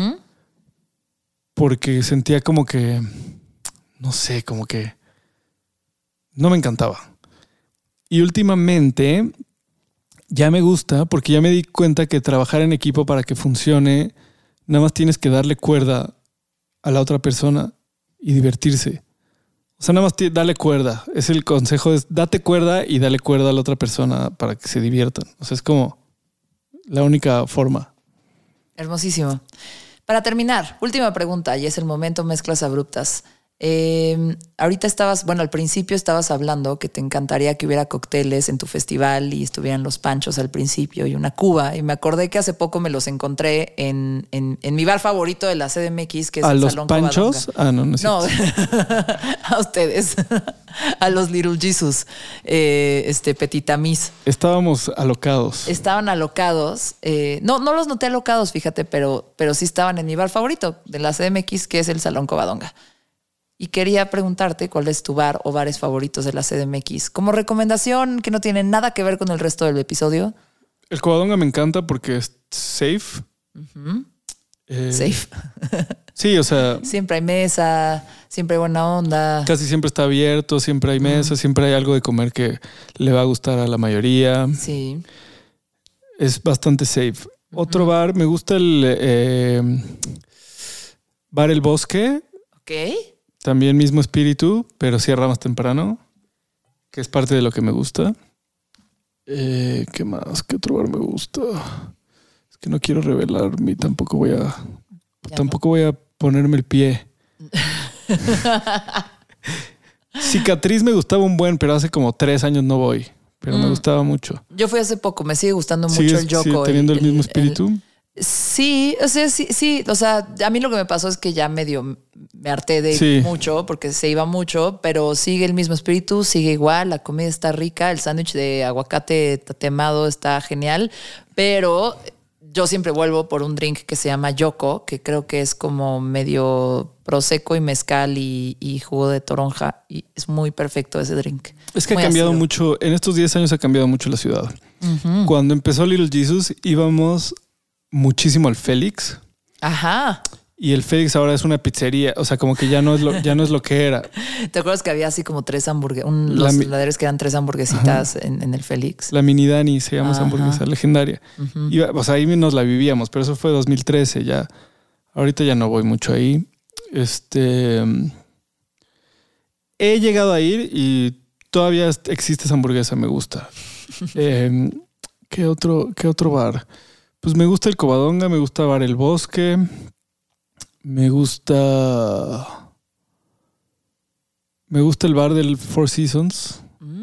porque sentía como que, no sé, como que no me encantaba. Y últimamente... ya me gusta porque ya me di cuenta que trabajar en equipo para que funcione, nada más tienes que darle cuerda a la otra persona y divertirse. O sea, nada más dale cuerda. Es el consejo, es date cuerda y dale cuerda a la otra persona para que se diviertan. O sea, es como la única forma. Hermosísimo. Para terminar, última pregunta y es el momento mezclas abruptas. Ahorita al principio estabas hablando que te encantaría que hubiera cócteles en tu festival y estuvieran los panchos al principio y una cuba. Y me acordé que hace poco me los encontré en mi bar favorito de la CDMX, que es el Salón Covadonga. ¿A los panchos? No, a ustedes. A los Little Jesus, Petit Amis. Estábamos alocados. Estaban alocados. No los noté alocados, fíjate, pero sí estaban en mi bar favorito de la CDMX, que es el Salón Covadonga. Y quería preguntarte cuál es tu bar o bares favoritos de la CDMX. Como recomendación que no tiene nada que ver con el resto del episodio. El Covadonga me encanta porque es safe. Safe. Sí, o sea... siempre hay mesa, siempre hay buena onda. Casi siempre está abierto, siempre hay mesa, siempre hay algo de comer que le va a gustar a la mayoría. Sí. Es bastante safe. Otro bar, me gusta el Bar El Bosque. Ok. También mismo espíritu, pero cierra más temprano, que es parte de lo que me gusta. ¿Qué más? ¿Qué otro bar me gusta? Es que no quiero revelarme y tampoco voy a ponerme el pie. Cicatriz me gustaba un buen, pero hace como 3 años no voy. Pero me gustaba mucho. Yo fui hace poco, me sigue gustando mucho el Yoko. ¿Sigue teniendo el mismo espíritu? Sí, o sea, sí. O sea, a mí lo que me pasó es que ya medio me harté de mucho porque se iba mucho, pero sigue el mismo espíritu, sigue igual, la comida está rica, el sándwich de aguacate tatemado está genial, pero yo siempre vuelvo por un drink que se llama Yoko, que creo que es como medio prosecco y mezcal y jugo de toronja y es muy perfecto ese drink. Es que ha cambiado mucho, en estos 10 años ha cambiado mucho la ciudad. Cuando empezó Little Jesus íbamos muchísimo al Félix. Ajá. Y el Félix ahora es una pizzería. O sea, como que ya no es lo que era. ¿Te acuerdas que había así como 3 hamburguesas? Los heladeros que eran 3 hamburguesitas en el Félix. La Mini Dani se llama esa hamburguesa legendaria. Y, o sea, ahí nos la vivíamos, pero eso fue 2013 ya. Ahorita ya no voy mucho ahí. He llegado a ir y todavía existe esa hamburguesa, me gusta. ¿Qué otro bar? Pues me gusta el Covadonga, me gusta Bar El Bosque, Me gusta el bar del Four Seasons.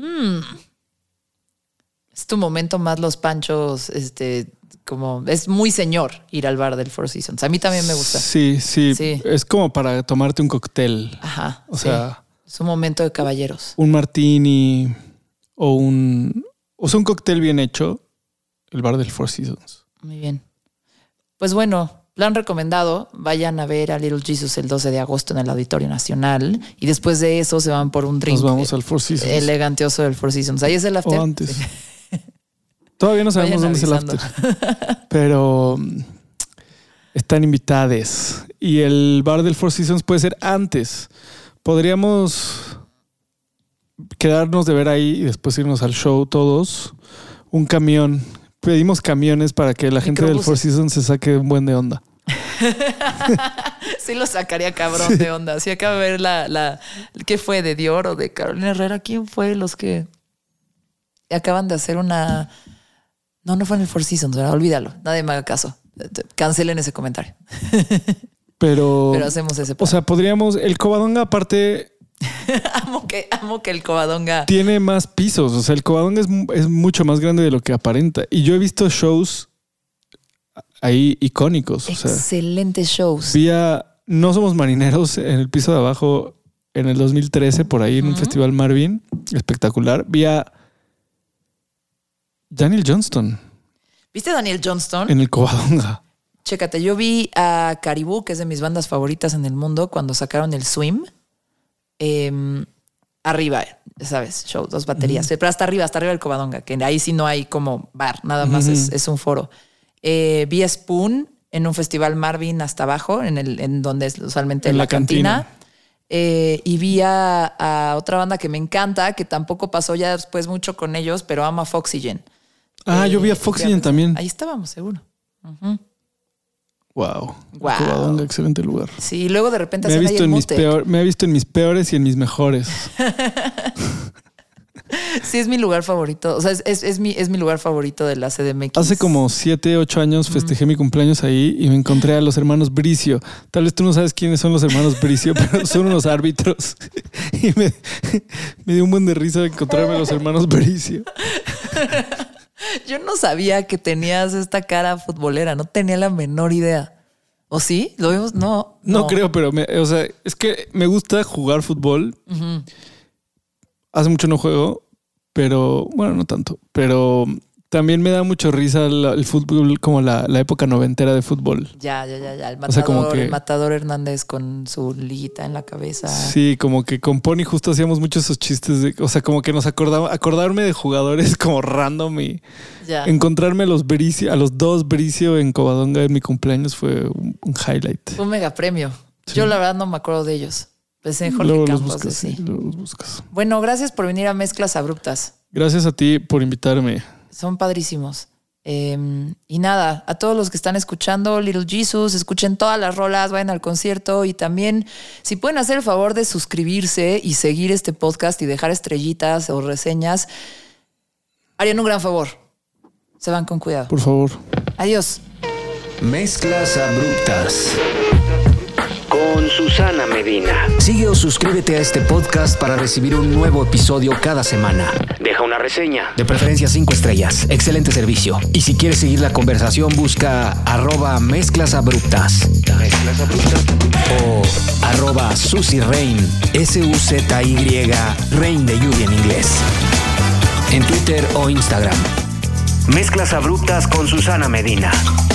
Es tu momento más Los Panchos, como es muy señor ir al bar del Four Seasons. A mí también me gusta. Sí. Es como para tomarte un cóctel. Ajá. O sea, es un momento de caballeros. Un martini o un cóctel bien hecho. El bar del Four Seasons. Muy bien. Pues bueno, plan recomendado. Vayan a ver a Little Jesus el 12 de agosto en el Auditorio Nacional. Y después de eso se van por un drink. Nos vamos al Four Seasons. Elegantioso del Four Seasons. Ahí es el after. O antes. Todavía no sabemos dónde es el after. Pero están invitades. Y el bar del Four Seasons puede ser antes. Podríamos quedarnos de ver ahí y después irnos al show todos. Un camión. Pedimos camiones para que la gente del Four Seasons se saque un buen de onda. Sí lo sacaría cabrón de onda. Sí, acabo de ver ¿qué fue? ¿De Dior o de Carolina Herrera? ¿Quién fue los que acaban de hacer una... No fue en el Four Seasons, ¿verdad? Olvídalo. Nadie me haga caso. Cancelen ese comentario. Pero hacemos ese plan. O sea, podríamos... El Covadonga aparte... amo que el Covadonga... Tiene más pisos. O sea, el Covadonga es mucho más grande de lo que aparenta. Y yo he visto shows ahí icónicos. Excelentes shows. Vi a No Somos Marineros en el piso de abajo en el 2013, por ahí en un festival Marvin. Espectacular. Vi a Daniel Johnston. ¿Viste a Daniel Johnston? En el Covadonga. Chécate, yo vi a Caribou, que es de mis bandas favoritas en el mundo, cuando sacaron el Swim. Arriba, ¿sabes? Show, 2 baterías. Pero hasta arriba del Covadonga, que ahí sí no hay como bar, nada más es un foro. Vi a Spoon en un festival Marvin hasta abajo, en donde es usualmente en la cantina. Y vi a otra banda que me encanta, que tampoco pasó ya después mucho con ellos, pero amo a Foxygen. Yo vi a Foxygen también. Ahí estábamos, seguro. Wow. Covadonga, excelente lugar. Sí, y luego de repente me he visto en mis peores y en mis mejores. Sí, es mi lugar favorito. O sea, es mi lugar favorito de la CDMX. Hace como 7, 8 años festejé mi cumpleaños ahí y me encontré a los hermanos Bricio. Tal vez tú no sabes quiénes son los hermanos Bricio, pero son unos árbitros. Y me dio un buen de risa encontrarme a los hermanos Bricio. Yo no sabía que tenías esta cara futbolera. No tenía la menor idea. ¿O sí? ¿Lo vimos? No. No creo, pero es que me gusta jugar fútbol. Hace mucho no juego, pero bueno, no tanto. Pero también me da mucho risa el fútbol, como la época noventera de fútbol. Ya. El matador Hernández con su liguita en la cabeza. Sí, como que con Pony justo hacíamos muchos esos chistes. Como que nos acordarme de jugadores como random y encontrarme a los 2 Bricio en Covadonga en mi cumpleaños fue un highlight. Fue un mega premio. Sí. Yo la verdad no me acuerdo de ellos. Pensé en Jorge luego Campos. Luego los buscas. Bueno, gracias por venir a Mezclas Abruptas. Gracias a ti por invitarme. Son padrísimos. Y nada, a todos los que están escuchando Little Jesus, escuchen todas las rolas, vayan al concierto y también si pueden hacer el favor de suscribirse y seguir este podcast y dejar estrellitas o reseñas, harían un gran favor. Se van con cuidado. Por favor. Adiós. Mezclas Abruptas con Susana Medina. Sigue o suscríbete a este podcast para recibir un nuevo episodio cada semana. Deja una reseña, de preferencia 5 estrellas. Excelente servicio. Y si quieres seguir la conversación, busca @mezclasabruptas o @SuzyRain, SUZY, Rain de lluvia en inglés. En Twitter o Instagram. Mezclas Abruptas con Susana Medina.